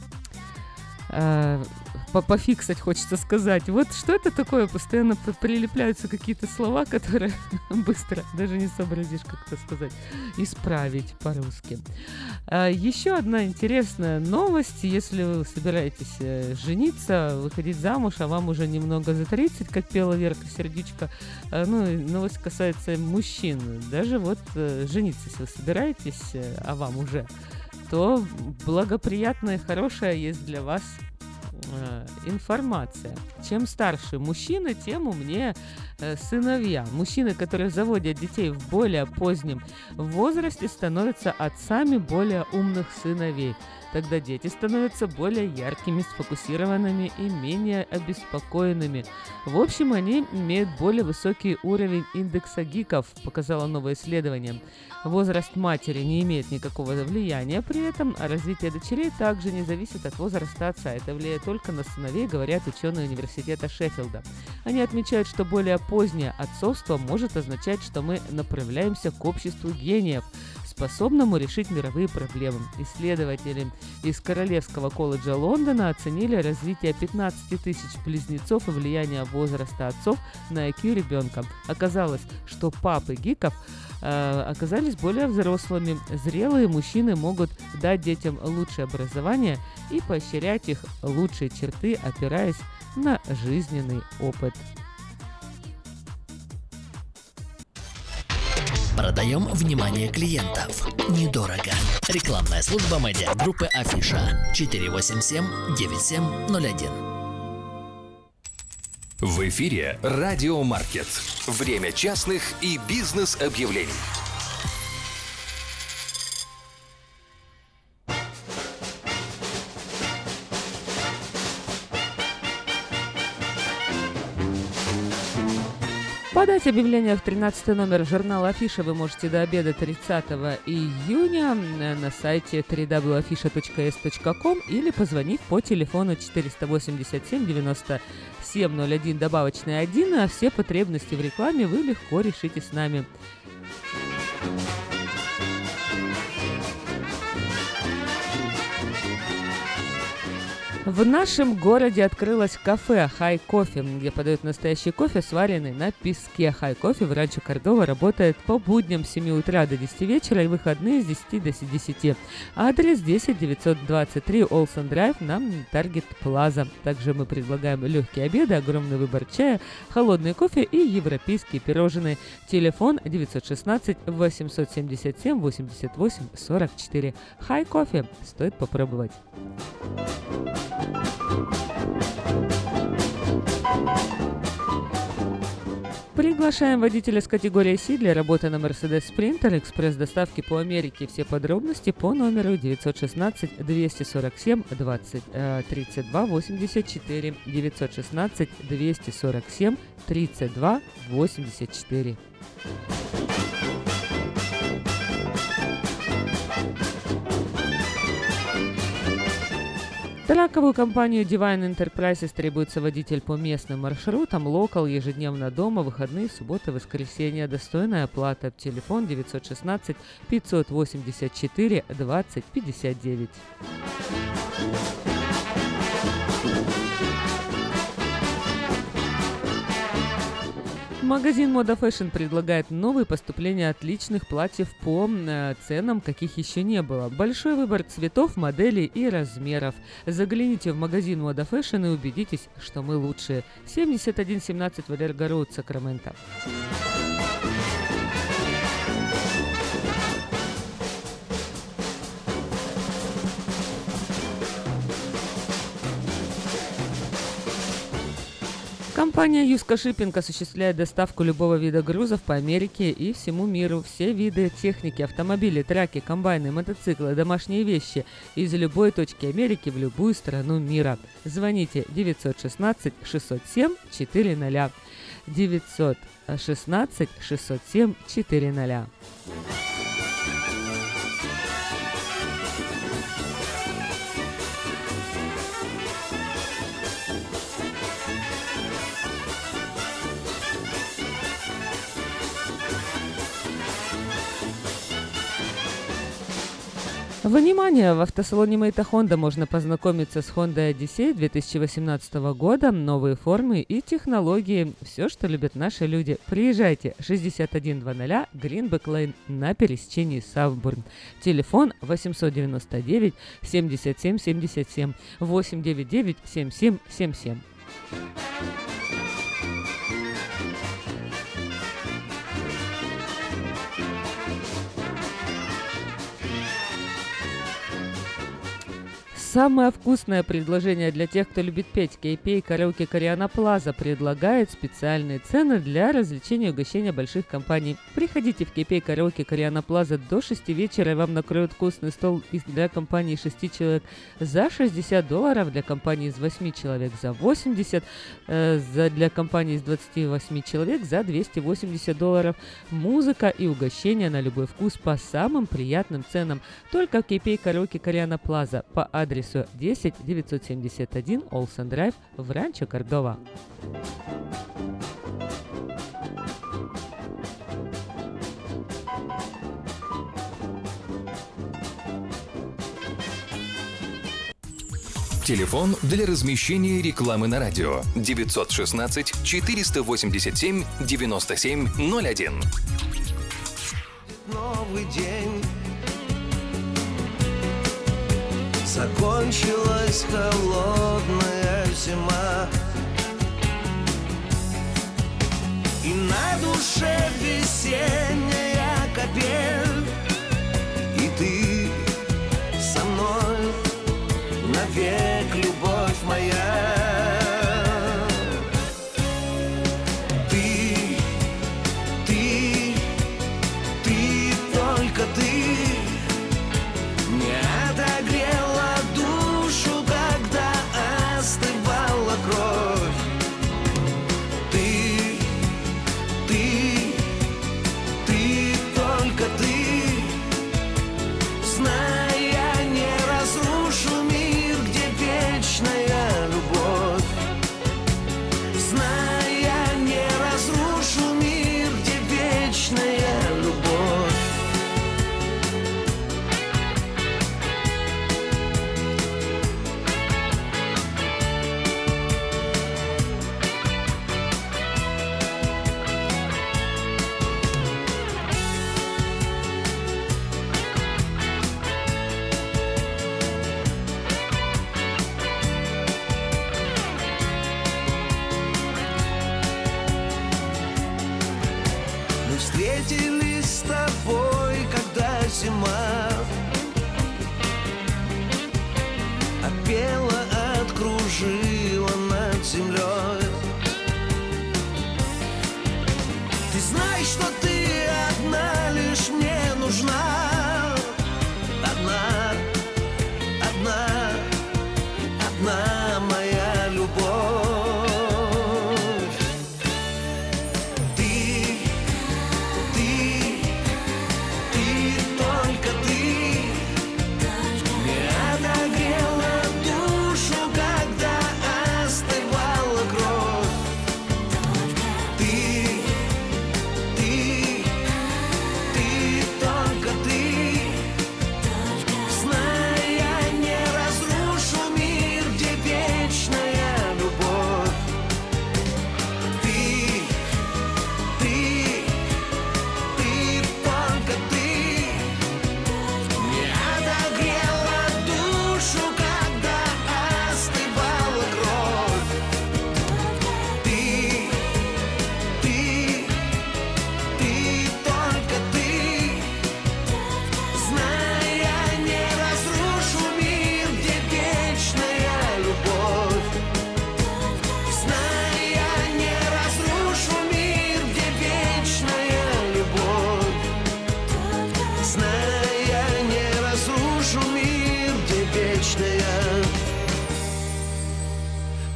пофиксать, хочется сказать. Вот что это такое? Постоянно прилепляются какие-то слова, которые быстро даже не сообразишь, как это сказать, исправить по-русски. Еще одна интересная новость. Если вы собираетесь жениться, выходить замуж, а вам уже немного за 30, как пела Верка Сердючка, новость касается мужчин. Даже вот жениться, если вы собираетесь, а вам уже, то благоприятная, хорошая есть для вас информация. Чем старше мужчина, тем умнее сыновья. Мужчины, которые заводят детей в более позднем возрасте, становятся отцами более умных сыновей. Тогда дети становятся более яркими, сфокусированными и менее обеспокоенными. В общем, они имеют более высокий уровень индекса гиков, показало новое исследование. Возраст матери не имеет никакого влияния при этом, а развитие дочерей также не зависит от возраста отца. Это влияет только на сыновей, говорят ученые университета Шеффилда. Они отмечают, что более позднее отцовство может означать, что мы направляемся к обществу гениев, способному решить мировые проблемы. Исследователи из Королевского колледжа Лондона оценили развитие 15 тысяч близнецов и влияние возраста отцов на IQ ребенка. Оказалось, что папы гиков оказались более взрослыми. Зрелые мужчины могут дать детям лучшее образование и поощрять их лучшие черты, опираясь на жизненный опыт. Продаем внимание клиентов. Недорого. Рекламная служба медиагруппы Афиша. 487-9701. В эфире Радио Маркет. Время частных и бизнес-объявлений. Подать объявление в 13 номер журнала «Афиша» вы можете до обеда 30 июня на сайте www.afisha.s.com или позвонив по телефону 487 9701 добавочный 1, а все потребности в рекламе вы легко решите с нами. В нашем городе открылось кафе «Хай Кофе», где подают настоящий кофе, сваренный на песке. «Хай Кофе» в Ранчо Кордова работает по будням с 7 утра до 10 вечера и выходные с 10 до 10. Адрес 10923 Олсен Драйв на Таргет Плаза. Также мы предлагаем легкие обеды, огромный выбор чая, холодный кофе и европейские пирожные. Телефон 916 877 88 44. «Хай Кофе». Стоит попробовать. Приглашаем водителя с категорией C для работы на Mercedes Sprinter, экспресс-доставки по Америке. Все подробности по номеру 916 247 32 84 916 247 32 84. Траковую компанию Divine Enterprises требуется водитель по местным маршрутам, локал, ежедневно дома, выходные, субботы, воскресенья. Достойная оплата. Телефон 916 584 20 59. Магазин Moda Fashion предлагает новые поступления отличных платьев по ценам, каких еще не было. Большой выбор цветов, моделей и размеров. Загляните в магазин Moda Fashion и убедитесь, что мы лучшие. 7117 Валерго Роуд, Сакраменто. Компания Юска Шиппинг осуществляет доставку любого вида грузов по Америке и всему миру. Все виды техники, автомобили, траки, комбайны, мотоциклы, домашние вещи из любой точки Америки в любую страну мира. Звоните 916 607 400. 916 607 400. Внимание! В автосалоне Мэйта Honda можно познакомиться с Honda Odyssey 2018 года. Новые формы и технологии. Все, что любят наши люди. Приезжайте. 6100 Greenback Lane на пересечении Саутбурн. Телефон 899 77 77 899 77 77. Самое вкусное предложение для тех, кто любит петь. KPA Караоке Кориана Плаза предлагает специальные цены для развлечения и угощения больших компаний. Приходите в KPA Караоке Кориана Плаза до 6 вечера, и вам накроют вкусный стол для компании 6 человек за $60, для компании из 8 человек за $80, для компании из 28 человек за $280. Музыка и угощения на любой вкус по самым приятным ценам. Только в KPA Караоке Кориана Плаза по адресу 10 971 Олсен Драйв в Ранчо Кордова. Телефон для размещения рекламы на радио 916 487 9701. Новый день. Закончилась холодная зима, и на душе весенняя капель, и ты со мной навек, любовь моя. Ты, только ты не отогрела душу, когда остывала кровь. Ты, только ты. Знай, я не разрушу мир, где вечная любовь. Знай, я не разрушу мир, где вечная любовь. Мы встретились с тобой, когда зима опела, откружила над землей. Ты знаешь, что ты одна лишь мне нужна. Одна моя любовь. Только ты не отогрела душу.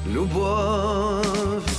любовь.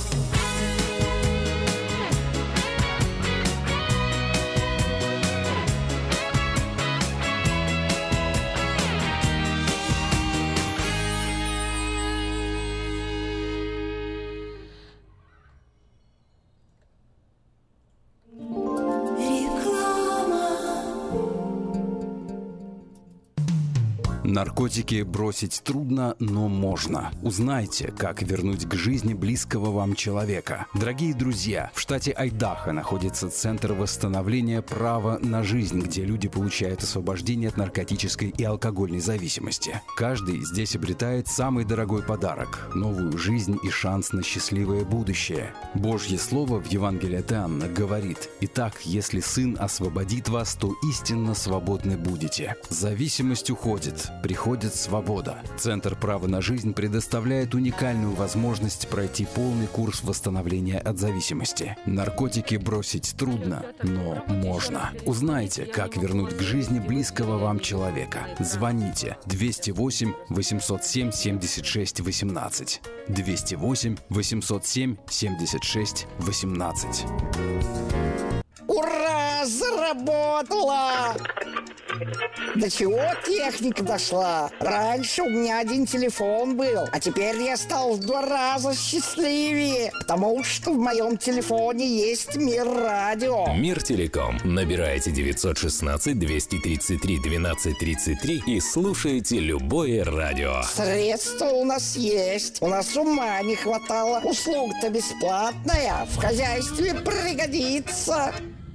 Наркотики бросить трудно, но можно. Узнайте, как вернуть к жизни близкого вам человека. Дорогие друзья, в штате Айдахо находится Центр восстановления права на жизнь, где люди получают освобождение от наркотической и алкогольной зависимости. Каждый здесь обретает самый дорогой подарок – новую жизнь и шанс на счастливое будущее. Божье Слово в Евангелии от Иоанна говорит: «Итак, если Сын освободит вас, то истинно свободны будете». Зависимость уходит. Приходит свобода. Центр права на жизнь предоставляет уникальную возможность пройти полный курс восстановления от зависимости. Наркотики бросить трудно, но можно. Узнайте, как вернуть к жизни близкого вам человека. Звоните 208 807 76 18. 208 807 76 18. Ура! Заработала! До чего техника дошла? Раньше у меня один телефон был, а теперь я стал в 2 раза счастливее, потому что в моем телефоне есть Мир Радио. Мир Телеком. Набирайте 916-233-1233 и слушайте любое радио. Средства у нас есть, у нас ума не хватало. Услуга-то бесплатная, в хозяйстве пригодится.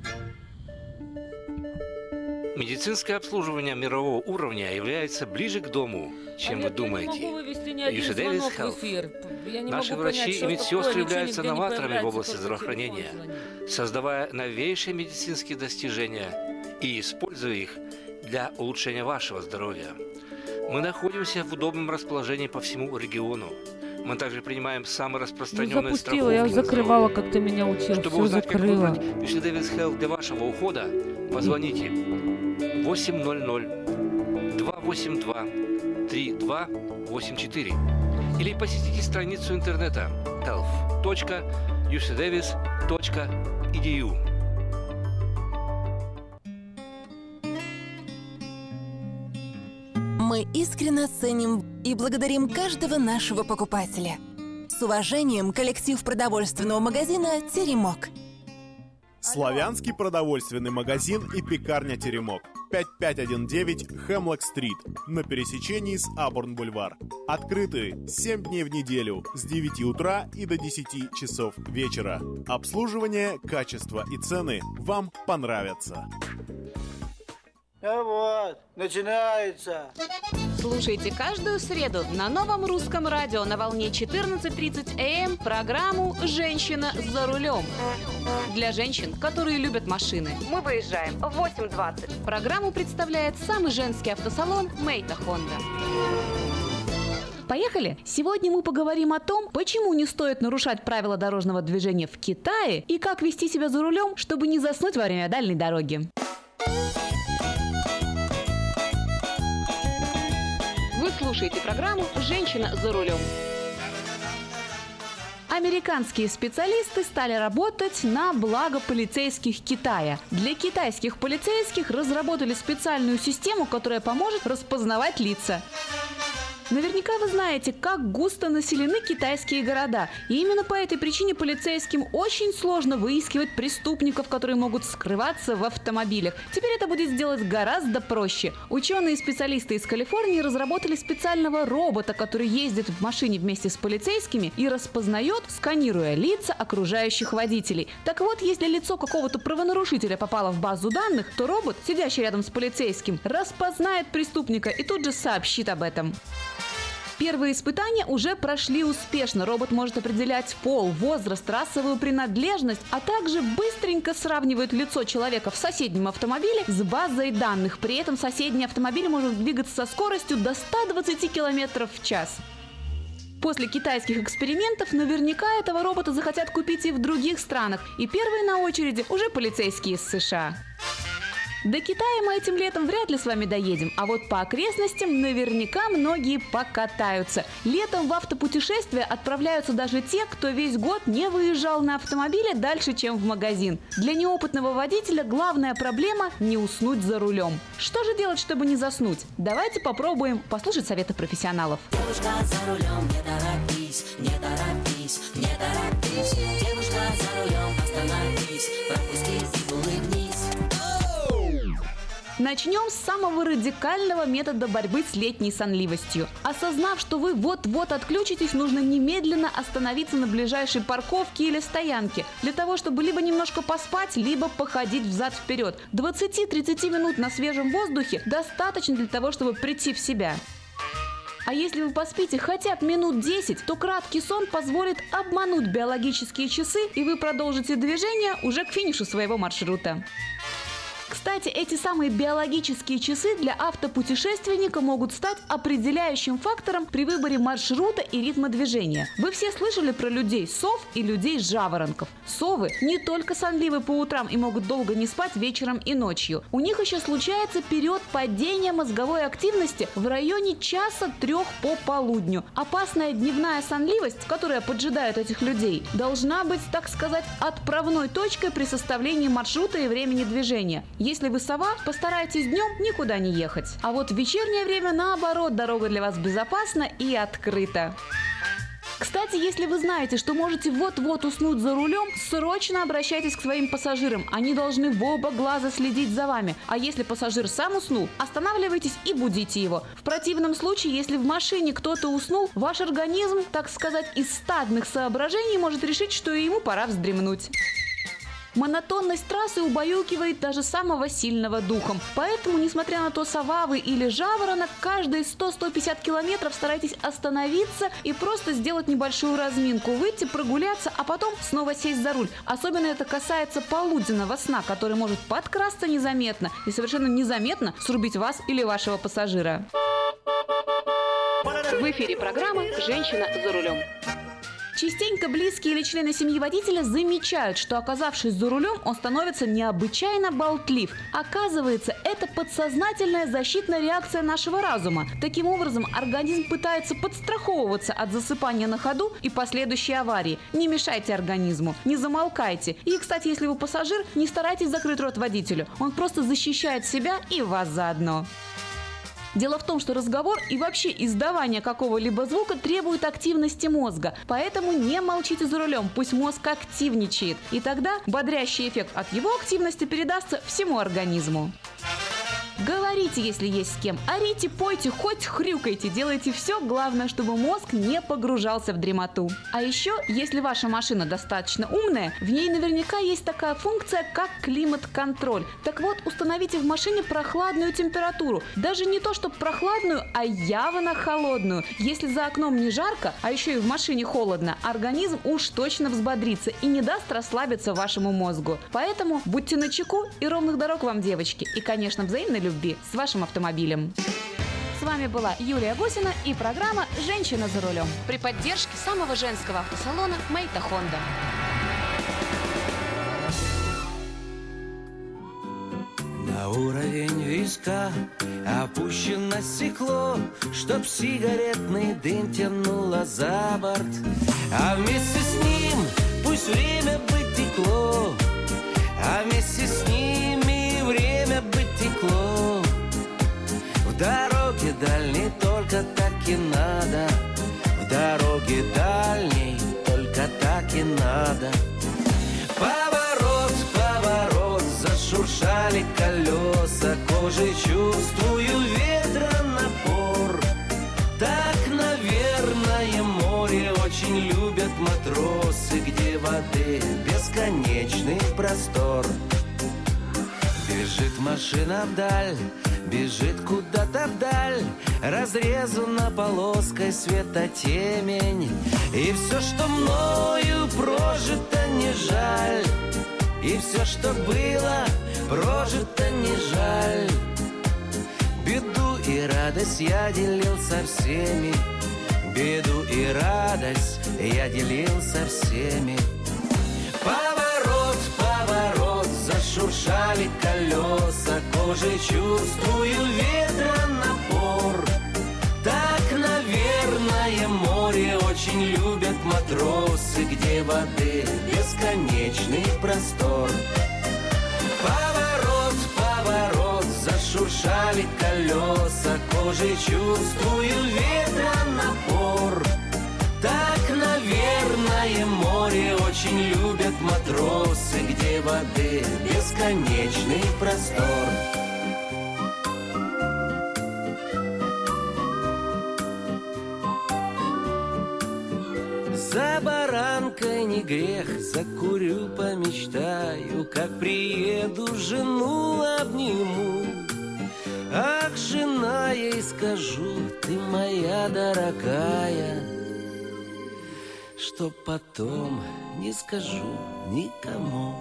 Медицинское обслуживание мирового уровня является ближе к дому, чем вы думаете. UC Davis Health. Наши врачи и медсестры являются новаторами в области здравоохранения, создавая новейшие медицинские достижения и используя их для улучшения вашего здоровья. Мы находимся в удобном расположении по всему региону. Мы также принимаем самые распространенные страховки. Я закрывала, как ты меня учил. Чтобы узнать, как выбрать UC Davis Health для вашего ухода, позвоните 800-282-3284 или посетите страницу интернета health.ucdavis.edu. Мы искренне ценим и благодарим каждого нашего покупателя. С уважением, коллектив продовольственного магазина «Теремок». Славянский продовольственный магазин и пекарня «Теремок». 5519 Хемлок-стрит на пересечении с Абурн-бульвар. Открыты 7 дней в неделю с 9 утра и до 10 часов вечера. Обслуживание, качество и цены вам понравятся. Вот, начинается. Слушайте каждую среду на новом русском радио на волне 14:30 АМ программу «Женщина за рулем». Для женщин, которые любят машины. Мы выезжаем в 8:20. Программу представляет самый женский автосалон «Мейта Хонда». Поехали! Сегодня мы поговорим о том, почему не стоит нарушать правила дорожного движения в Китае и как вести себя за рулем, чтобы не заснуть во время дальней дороги. Вы слушаете программу «Женщина за рулем». Американские специалисты стали работать на благо полицейских Китая. Для китайских полицейских разработали специальную систему, которая поможет распознавать лица. Наверняка вы знаете, как густо населены китайские города. И именно по этой причине полицейским очень сложно выискивать преступников, которые могут скрываться в автомобилях. Теперь это будет сделать гораздо проще. Ученые и специалисты из Калифорнии разработали специального робота, который ездит в машине вместе с полицейскими и распознает, сканируя лица окружающих водителей. Так вот, если лицо какого-то правонарушителя попало в базу данных, то робот, сидящий рядом с полицейским, распознает преступника и тут же сообщит об этом. Первые испытания уже прошли успешно. Робот может определять пол, возраст, расовую принадлежность, а также быстренько сравнивает лицо человека в соседнем автомобиле с базой данных. При этом соседний автомобиль может двигаться со скоростью до 120 км в час. После китайских экспериментов наверняка этого робота захотят купить и в других странах. И первые на очереди уже полицейские из США. До Китая мы этим летом вряд ли с вами доедем, а вот по окрестностям наверняка многие покатаются. Летом в автопутешествия отправляются даже те, кто весь год не выезжал на автомобиле дальше, чем в магазин. Для неопытного водителя главная проблема – не уснуть за рулем. Что же делать, чтобы не заснуть? Давайте попробуем послушать советы профессионалов. Девушка за рулем, не торопись, не торопись, не торопись. Девушка за рулем, остановись, пропусти и улыбнись. Начнем с самого радикального метода борьбы с летней сонливостью. Осознав, что вы вот-вот отключитесь, нужно немедленно остановиться на ближайшей парковке или стоянке, для того, чтобы либо немножко поспать, либо походить взад-вперед. 20-30 минут на свежем воздухе достаточно для того, чтобы прийти в себя. А если вы поспите хотя бы минут 10, то краткий сон позволит обмануть биологические часы, и вы продолжите движение уже к финишу своего маршрута. Кстати, эти самые биологические часы для автопутешественника могут стать определяющим фактором при выборе маршрута и ритма движения. Вы все слышали про людей-сов и людей-жаворонков. Совы не только сонливы по утрам и могут долго не спать вечером и ночью. У них еще случается период падения мозговой активности в районе 1-3 по полудню. Опасная дневная сонливость, которая поджидает этих людей, должна быть, так сказать, отправной точкой при составлении маршрута и времени движения. Если вы сова, постарайтесь днем никуда не ехать. А вот в вечернее время, наоборот, дорога для вас безопасна и открыта. Кстати, если вы знаете, что можете вот-вот уснуть за рулем, срочно обращайтесь к своим пассажирам. Они должны в оба глаза следить за вами. А если пассажир сам уснул, останавливайтесь и будите его. В противном случае, если в машине кто-то уснул, ваш организм, так сказать, из стадных соображений может решить, что и ему пора вздремнуть. Монотонность трассы убаюкивает даже самого сильного духом. Поэтому, несмотря на то, сова вы или жаворонок, каждые 100-150 километров старайтесь остановиться и просто сделать небольшую разминку, выйти, прогуляться, а потом снова сесть за руль. Особенно это касается полуденного сна, который может подкрасться незаметно и совершенно незаметно срубить вас или вашего пассажира. В эфире программа «Женщина за рулем». Частенько близкие или члены семьи водителя замечают, что, оказавшись за рулем, он становится необычайно болтлив. Оказывается, это подсознательная защитная реакция нашего разума. Таким образом, организм пытается подстраховываться от засыпания на ходу и последующей аварии. Не мешайте организму, не замолкайте. И, кстати, если вы пассажир, не старайтесь закрыть рот водителю. Он просто защищает себя и вас заодно. Дело в том, что разговор и вообще издавание какого-либо звука требует активности мозга. Поэтому не молчите за рулем, пусть мозг активничает. И тогда бодрящий эффект от его активности передастся всему организму. Говорите, если есть с кем. Орите, пойте, хоть хрюкайте. Делайте все, главное, чтобы мозг не погружался в дремоту. А еще, если ваша машина достаточно умная, в ней наверняка есть такая функция, как климат-контроль. Так вот, установите в машине прохладную температуру. Даже не то, чтобы прохладную, а явно холодную. Если за окном не жарко, а еще и в машине холодно, организм уж точно взбодрится и не даст расслабиться вашему мозгу. Поэтому будьте начеку и ровных дорог вам, девочки. И, конечно, взаимной любви с вашим автомобилем. С вами была Юлия Бусина и программа «Женщина за рулем» при поддержке самого женского автосалона «Мэйта Хонда». На уровень виска опущено стекло, чтоб сигаретный дым тянуло за борт. А вместе с ним пусть время бы текло, а вместе с ними время бы текло. В дороге дальней только так и надо, в дороге дальней только так и надо. Поворот, поворот, зашуршали колеса, кожей чувствую ветра напор. Так, наверное, море очень любят матросы, где воды бесконечный простор. Бежит машина вдаль, бежит куда-то вдаль, разрезана полоской света темень. И все, что мною прожито, не жаль, и все, что было прожито, не жаль. Беду и радость я делил со всеми, беду и радость я делил со всеми. Поворот, поворот, зашуршали колеса, кожей чувствую ветра напор. Так, наверное, море очень любят матросы, где воды бесконечный простор. Поворот, поворот, зашуршали колеса, кожей чувствую ветра напор. Так, наверное, море очень любят матросы, где воды бесконечный простор. За баранкой не грех, закурю, помечтаю, как приеду, жену обниму. Ах, жена, ей скажу, ты моя дорогая, что потом не скажу никому.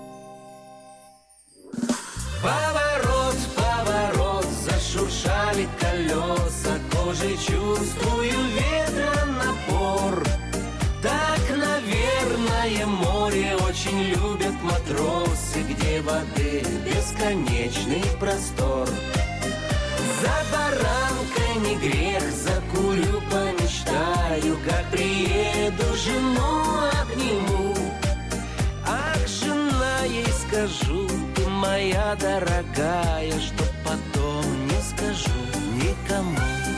Поворот, поворот, зашуршали колеса, кожей чувствую ветра напор. Так, наверное, море очень любят матросы, где воды бесконечный простор. За баранкой не грех, закурю, помечтаю, как приеду, жену обниму. Ах, жена, ей скажу, ты моя дорогая, что потом не скажу никому.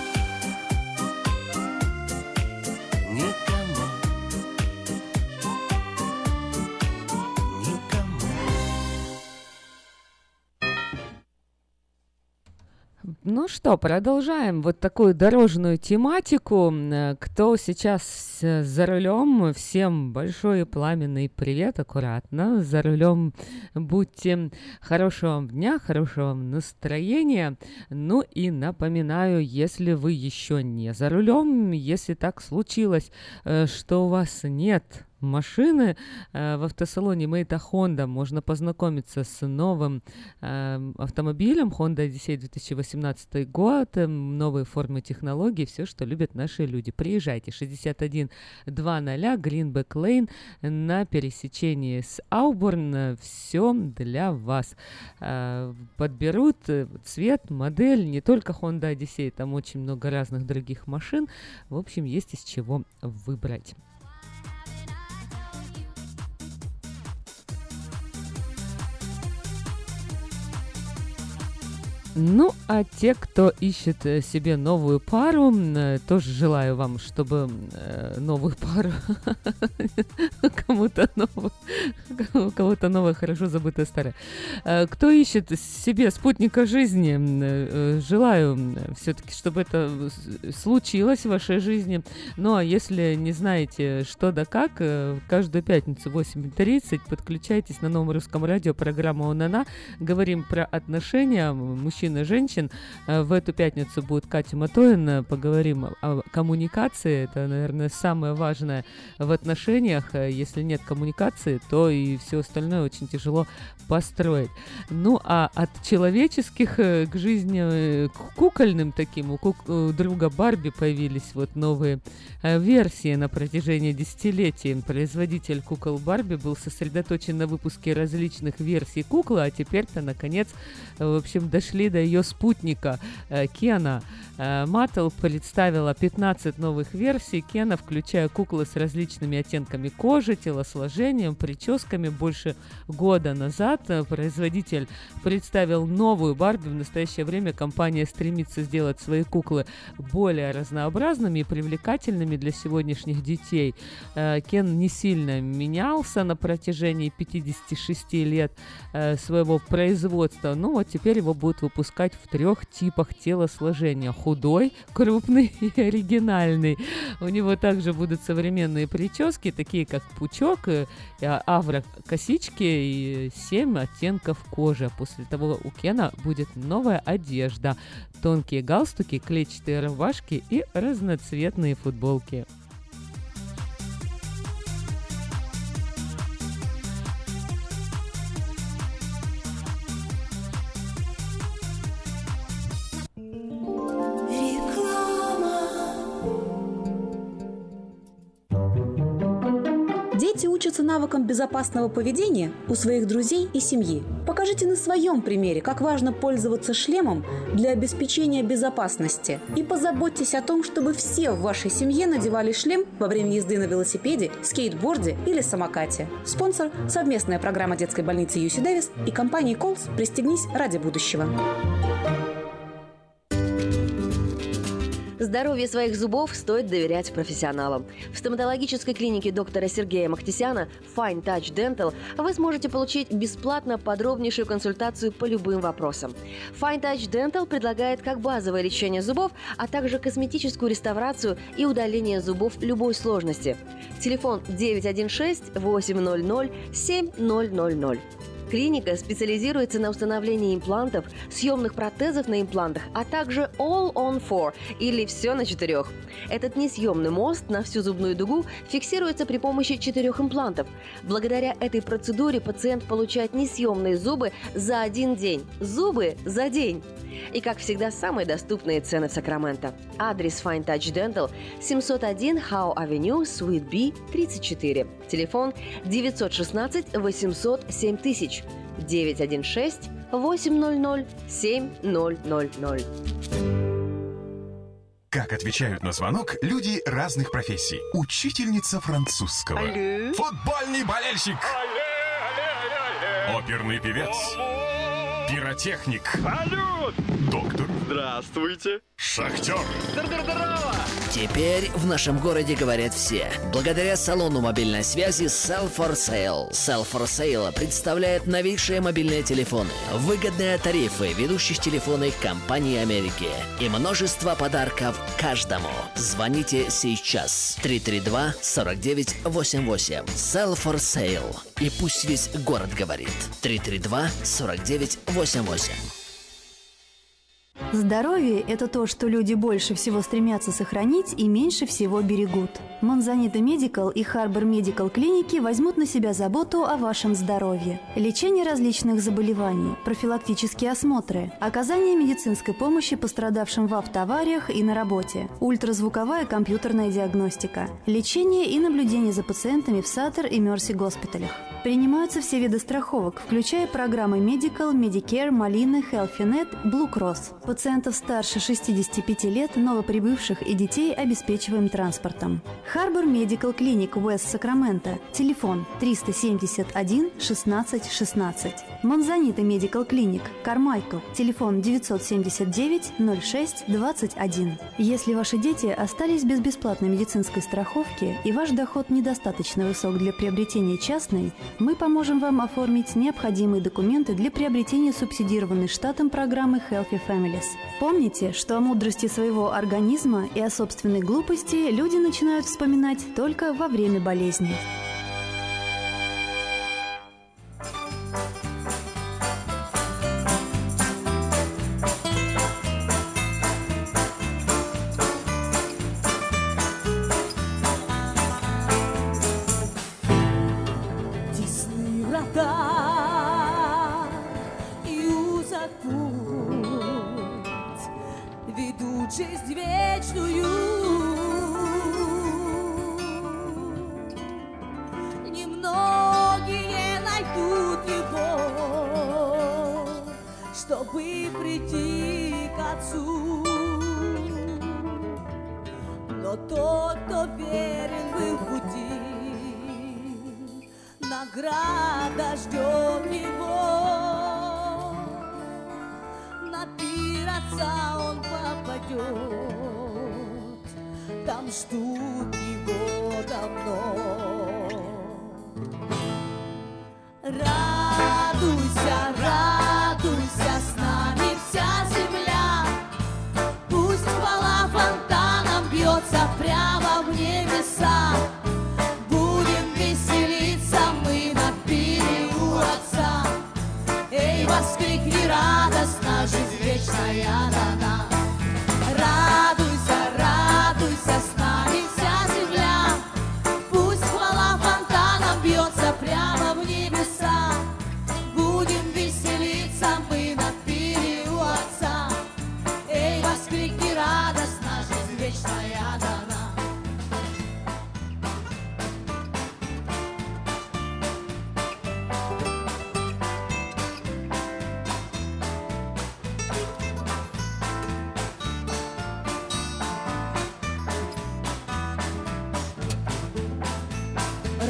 Ну что, продолжаем вот такую дорожную тематику. Кто сейчас за рулем, всем большой и пламенный привет, аккуратно. За рулем будьте, хорошего вам дня, хорошего вам настроения. Ну и напоминаю, если вы еще не за рулем, если так случилось, что у вас нет машины, в автосалоне Мэйта Honda можно познакомиться с новым автомобилем Honda Odyssey 2018 год, новые формы технологий, все, что любят наши люди. Приезжайте, 6100 Greenback Lane на пересечении с Ауборн, все для вас. Подберут цвет, модель, не только Honda Odyssey, там очень много разных других машин, в общем, есть из чего выбрать. Ну, а те, кто ищет себе новую пару, тоже желаю вам, чтобы новую пару, кому-то новое, хорошо забытое старое. Кто ищет себе спутника жизни, желаю все-таки, чтобы это случилось в вашей жизни. Ну, а если не знаете, что да как, каждую пятницу в 8:30 подключайтесь на Новом Русском радио, программа «Он-она». Говорим про отношения мужчин и женщин. В эту пятницу будет Катя Матоина. Поговорим о коммуникации. Это, наверное, самое важное в отношениях. Если нет коммуникации, то и все остальное очень тяжело построить. Ну, а от человеческих к жизни, к кукольным таким, у друга Барби появились вот новые версии на протяжении десятилетий. Производитель кукол Барби был сосредоточен на выпуске различных версий куклы, а теперь-то, наконец, в общем, дошли до ее спутника Кена. Mattel представила 15 новых версий Кена, включая куклы с различными оттенками кожи, телосложением, прическами. Больше года назад производитель представил новую Барби. В настоящее время компания стремится сделать свои куклы более разнообразными и привлекательными для сегодняшних детей. Кен не сильно менялся на протяжении 56 лет своего производства. Ну вот теперь его будут выпускать в 3 типах телосложения: худой, крупный и оригинальный. У него также будут современные прически, такие как пучок, авро-косички и 7 оттенков кожи. После того у Кена будет новая одежда: тонкие галстуки, клетчатые рубашки и разноцветные футболки. Дети учатся навыкам безопасного поведения у своих друзей и семьи. Покажите на своем примере, как важно пользоваться шлемом для обеспечения безопасности. И позаботьтесь о том, чтобы все в вашей семье надевали шлем во время езды на велосипеде, скейтборде или самокате. Спонсор – совместная программа детской больницы UC Дэвис и компании Колс «Пристегнись ради будущего». Здоровью своих зубов стоит доверять профессионалам. В стоматологической клинике доктора Сергея Махтисяна Fine Touch Dental вы сможете получить бесплатно подробнейшую консультацию по любым вопросам. Fine Touch Dental предлагает как базовое лечение зубов, а также косметическую реставрацию и удаление зубов любой сложности. Телефон 916-800-7000. Клиника специализируется на установлении имплантов, съемных протезов на имплантах, а также All on 4 или «Все на 4». Этот несъемный мост на всю зубную дугу фиксируется при помощи 4 имплантов. Благодаря этой процедуре пациент получает несъемные зубы за 1 день. Зубы за день! И, как всегда, самые доступные цены в Сакраменто. Адрес Fine Touch Dental 701 Howe Avenue, Suite B, 34. Телефон 916-800-7000. 916-800-7000. Как отвечают на звонок люди разных профессий. Учительница французского. Алле. Футбольный болельщик. Алле. Оперный певец. Пиротехник. Салют! Доктор. Здравствуйте. Шахтер. Здорово! Теперь в нашем городе говорят все. Благодаря салону мобильной связи Sell for Sale. Sell for Sale представляет новейшие мобильные телефоны, выгодные тарифы ведущих телефонных компаний Америки и множество подарков каждому. Звоните сейчас. 332-4988. Sell for Sale. И пусть весь город говорит. 332-4988. Здоровье – это то, что люди больше всего стремятся сохранить и меньше всего берегут. Монзанита Медикал и Харбор Медикал клиники возьмут на себя заботу о вашем здоровье. Лечение различных заболеваний, профилактические осмотры, оказание медицинской помощи пострадавшим в автоавариях и на работе, ультразвуковая компьютерная диагностика, лечение и наблюдение за пациентами в Саттер и Мерси госпиталях. Принимаются все виды страховок, включая программы Medical, Medicare, Molina, HealthyNet, Blue Cross. Пациентов старше 65 лет, новоприбывших и детей обеспечиваем транспортом. Харбор Медикал Клиник, Уэст Сакраменто. Телефон 371 16 16. Монзанита Медикал Клиник, Кармайкл. Телефон 979 06 21. Если ваши дети остались без бесплатной медицинской страховки и ваш доход недостаточно высок для приобретения частной, мы поможем вам оформить необходимые документы для приобретения субсидированной штатом программы Healthy Families. Помните, что о мудрости своего организма и о собственной глупости люди начинают вспоминать только во время болезни. Жизнь вечную. Немногие найдут его, чтобы прийти к Отцу. Но тот, кто верен в их пути, награда ждет его. На пир Отца он попадет, там ждут его давно. Радуйся, радуйся, с нами вся земля. Пусть хвала фонтаном бьется прямо в небеса. Будем веселиться мы на пире у Отца. Эй, воскликни радостно, жизнь вечная дана. Радуйся, радуйся, с нами вся земля. Пусть хвала фонтаном бьется прямо в небеса. Будем веселиться мы на пире у Отца. Эй, воскликни радостно, жизнь вечная дана.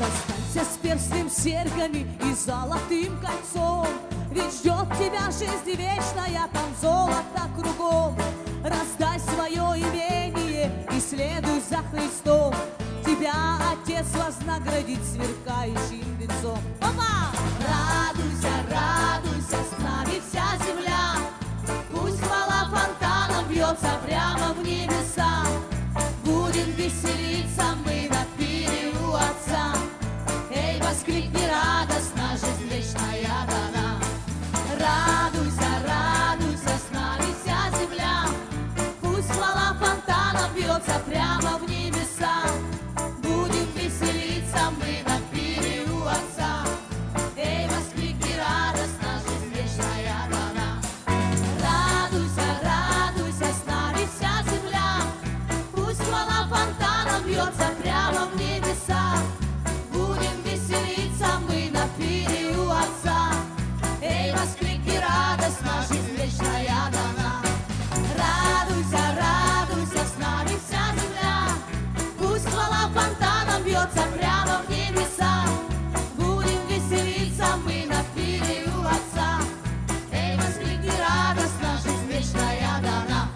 Расстанься с перстнем, серьгами и золотым кольцом, ведь ждет тебя жизнь вечная, там золото кругом. Раздай свое имение и следуй за Христом, тебя Отец вознаградит сверкающим венцом. Опа! Радуйся, радуйся, с нами вся земля, пусть хвала фонтаном бьется прямо в небеса. Будем веселиться мы на пире у Отца. Эй, воскликни радостно, жизнь вечная дана. Радуйся, радуйся, с нами вся земля, пусть хвала фонтаном бьется прямо в небеса. Будем веселиться мы на пире у Отца. Эй, воскликни радостно, жизнь вечная дана. Радуйся, радуйся, с нами вся земля, пусть хвала фонтаном бьется прямо в небеса. Будем веселиться мы на пире у Отца. Эй, воскликни радостно, жизнь вечная дана. Радуйся, радуйся, с нами вся земля, пусть хвала фонтаном бьется прямо в небеса. Будем веселиться мы на пире у Отца. Эй, воскликни радостно, жизнь вечная дана.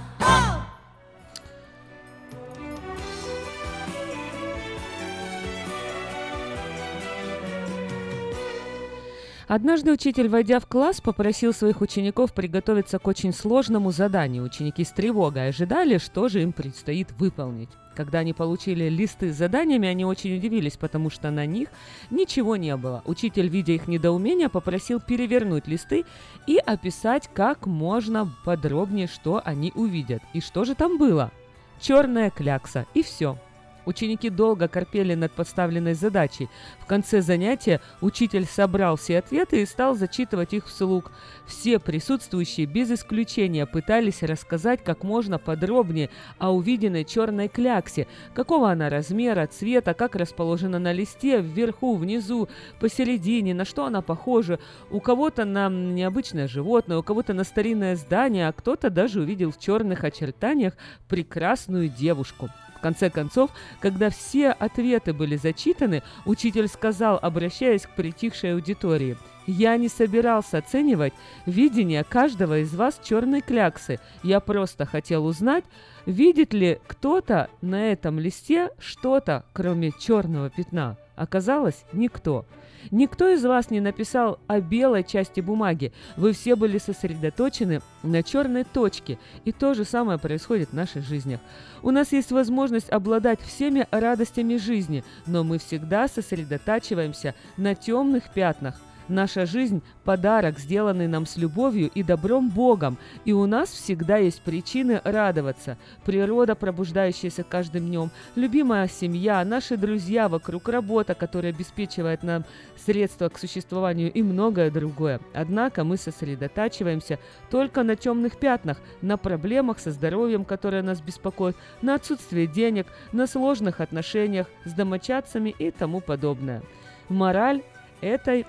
Однажды учитель, войдя в класс, попросил своих учеников приготовиться к очень сложному заданию. Ученики с тревогой ожидали, что же им предстоит выполнить. Когда они получили листы с заданиями, они очень удивились, потому что на них ничего не было. Учитель, видя их недоумение, попросил перевернуть листы и описать как можно подробнее, что они увидят. И что же там было? Черная клякса, и все. Ученики долго корпели над поставленной задачей. В конце занятия учитель собрал все ответы и стал зачитывать их вслух. Все присутствующие без исключения пытались рассказать как можно подробнее о увиденной черной кляксе, какого она размера, цвета, как расположена на листе, вверху, внизу, посередине, на что она похожа. У кого-то на необычное животное, у кого-то на старинное здание, а кто-то даже увидел в черных очертаниях прекрасную девушку. В конце концов, когда все ответы были зачитаны, учитель сказал, обращаясь к притихшей аудитории: «Я не собирался оценивать видение каждого из вас черной кляксы. Я просто хотел узнать, видит ли кто-то на этом листе что-то, кроме черного пятна». Оказалось, никто. Никто из вас не написал о белой части бумаги. Вы все были сосредоточены на черной точке. И то же самое происходит в наших жизнях. У нас есть возможность обладать всеми радостями жизни, но мы всегда сосредотачиваемся на темных пятнах. Наша жизнь – подарок, сделанный нам с любовью и добром Богом, и у нас всегда есть причины радоваться. Природа, пробуждающаяся каждым днем, любимая семья, наши друзья вокруг, работа, которая обеспечивает нам средства к существованию и многое другое. Однако мы сосредотачиваемся только на темных пятнах, на проблемах со здоровьем, которые нас беспокоят, на отсутствии денег, на сложных отношениях с домочадцами и тому подобное. Мораль этой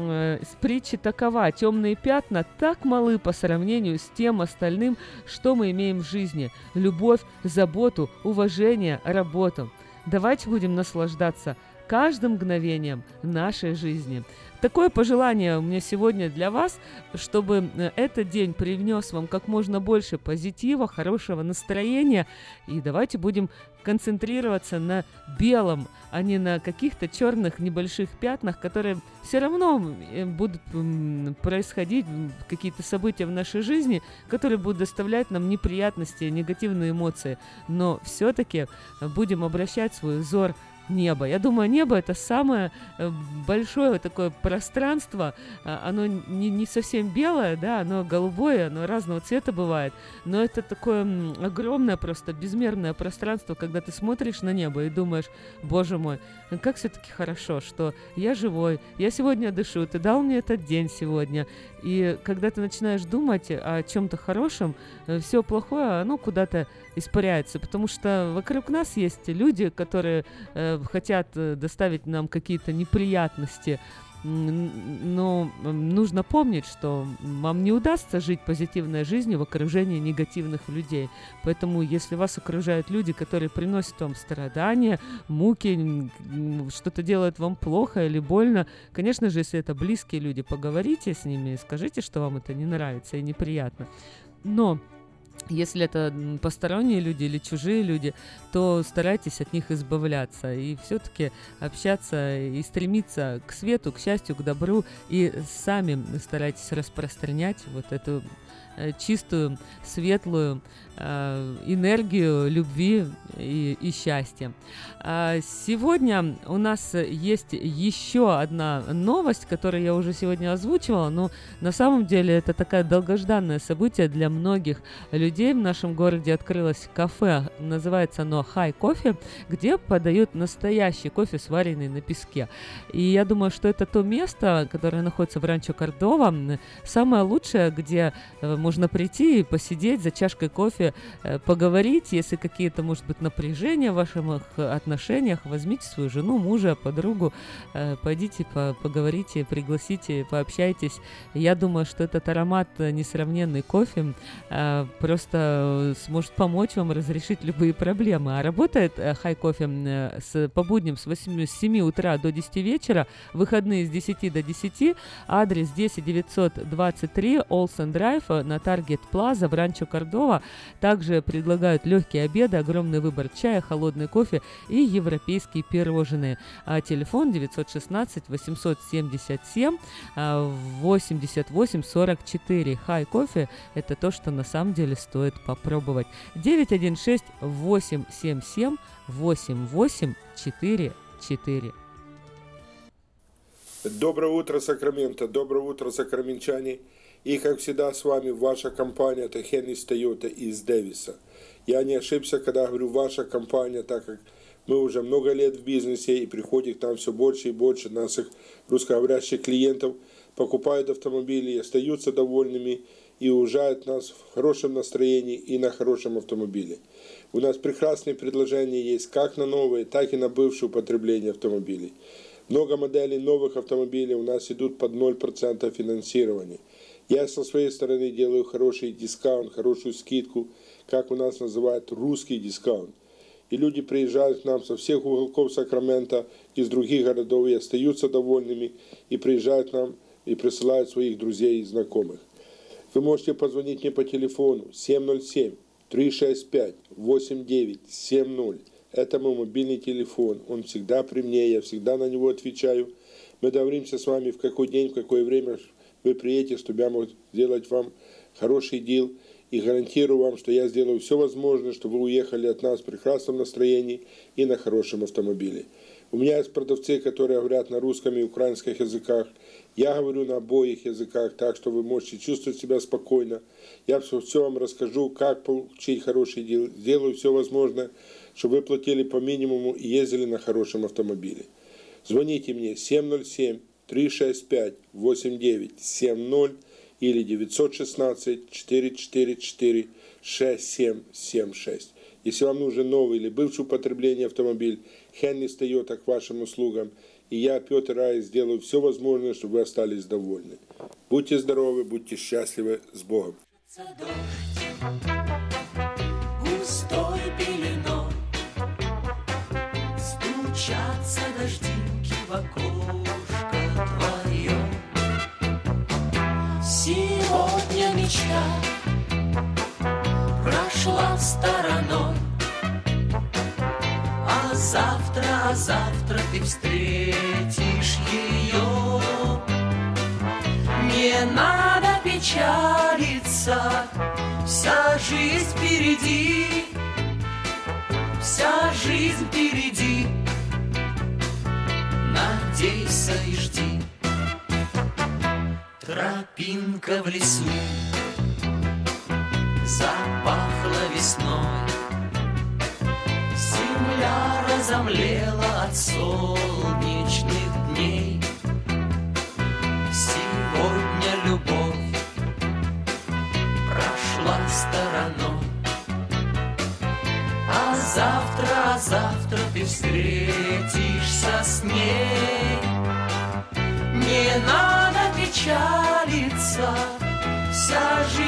с притчи такова: темные пятна так малы по сравнению с тем остальным, что мы имеем в жизни: любовь, заботу, уважение, работу. Давайте будем наслаждаться каждым мгновением нашей жизни. Такое пожелание у меня сегодня для вас, чтобы этот день привнес вам как можно больше позитива, хорошего настроения. И давайте будем концентрироваться на белом, а не на каких-то черных небольших пятнах, которые все равно будут происходить, какие-то события в нашей жизни, которые будут доставлять нам неприятности, негативные эмоции. Но все-таки будем обращать свой взор небо. Я думаю, небо — это самое большое такое пространство. Оно не совсем белое, да, оно голубое, оно разного цвета бывает, но это такое огромное, просто безмерное пространство, когда ты смотришь на небо и думаешь: боже мой, как все-таки хорошо, что я живой, я сегодня дышу, ты дал мне этот день сегодня. И когда ты начинаешь думать о чем-то хорошем, все плохое, оно куда-то испаряется, потому что вокруг нас есть люди, которые хотят доставить нам какие-то неприятности. Но нужно помнить, что вам не удастся жить позитивной жизнью в окружении негативных людей. Поэтому, если вас окружают люди, которые приносят вам страдания, муки, что-то делают вам плохо или больно, конечно же, если это близкие люди, поговорите с ними, скажите, что вам это не нравится и неприятно. Но если это посторонние люди или чужие люди, то старайтесь от них избавляться и все-таки общаться и стремиться к свету, к счастью, к добру, и сами старайтесь распространять вот эту чистую, светлую энергию любви и счастья. Сегодня у нас есть еще одна новость, которую я уже сегодня озвучивала, но на самом деле это такое долгожданное событие для многих людей. В нашем городе открылось кафе, называется оно High Coffee, где подают настоящий кофе, сваренный на песке. И я думаю, что это то место, которое находится в Ранчо Кордова, самое лучшее, где можно прийти и посидеть за чашкой кофе, поговорить, если какие-то, может быть, напряжения в ваших отношениях, возьмите свою жену, мужа, подругу, пойдите, поговорите, пригласите, пообщайтесь. Я думаю, что этот аромат несравненный кофе просто сможет помочь вам разрешить любые проблемы. А работает High Coffee по будням с 7 утра до 10 вечера, выходные с 10 до 10, адрес 10923 Олсен Драйв на Таргет Плаза в Ранчо Кордова. Также предлагают легкие обеды, огромный выбор чая, холодный кофе и европейские пирожные. Телефон 916 877 88 44. High Coffee – это то, что на самом деле стоит попробовать. 916 877 8844. Доброе утро, Сакраменто, доброе утро, сакраментчане. И, как всегда, с вами ваша компания, это Хеннис Тойота из Дэвиса. Я не ошибся, когда говорю «ваша компания», так как мы уже много лет в бизнесе, и приходит к нам все больше и больше наших русскоговорящих клиентов, покупают автомобили, остаются довольными и уезжают нас в хорошем настроении и на хорошем автомобиле. У нас прекрасные предложения есть как на новые, так и на бывшее употребление автомобилей. Много моделей новых автомобилей у нас идут под 0% финансирования. Я со своей стороны делаю хороший дискаунт, хорошую скидку, как у нас называют русский дискаунт. И люди приезжают к нам со всех уголков Сакрамента, из других городов и остаются довольными, и приезжают к нам и присылают своих друзей и знакомых. Вы можете позвонить мне по телефону 707-365-8970. Это мой мобильный телефон, он всегда при мне, я всегда на него отвечаю. Мы договоримся с вами, в какой день, в какое время вы приедете, чтобы я мог сделать вам хороший дел. И гарантирую вам, что я сделаю все возможное, чтобы вы уехали от нас в прекрасном настроении и на хорошем автомобиле. У меня есть продавцы, которые говорят на русском и украинских языках. Я говорю на обоих языках, так что вы можете чувствовать себя спокойно. Я все вам расскажу, как получить хороший дел. Сделаю все возможное, чтобы вы платили по минимуму и ездили на хорошем автомобиле. Звоните мне 707-365-8970 или 916-444-6776. Если вам нужен новый или бывший употребление автомобиль, Хеннис Тойота к вашим услугам. И я, Петр Райс, сделаю все возможное, чтобы вы остались довольны. Будьте здоровы, будьте счастливы, с Богом. Густой пеленой стучатся дождинки в окошко твое. Сегодня мечта прошла стороной, а завтра ты встретишь ее. Не надо печалиться, вся жизнь впереди, вся жизнь впереди. Надейся и жди. Тропинка в лесу запахла весной, земля разомлела от солнечных дней. Сегодня любовь прошла стороной, а завтра ты ты встретишься с ней. Не надо печалиться, вся жизнь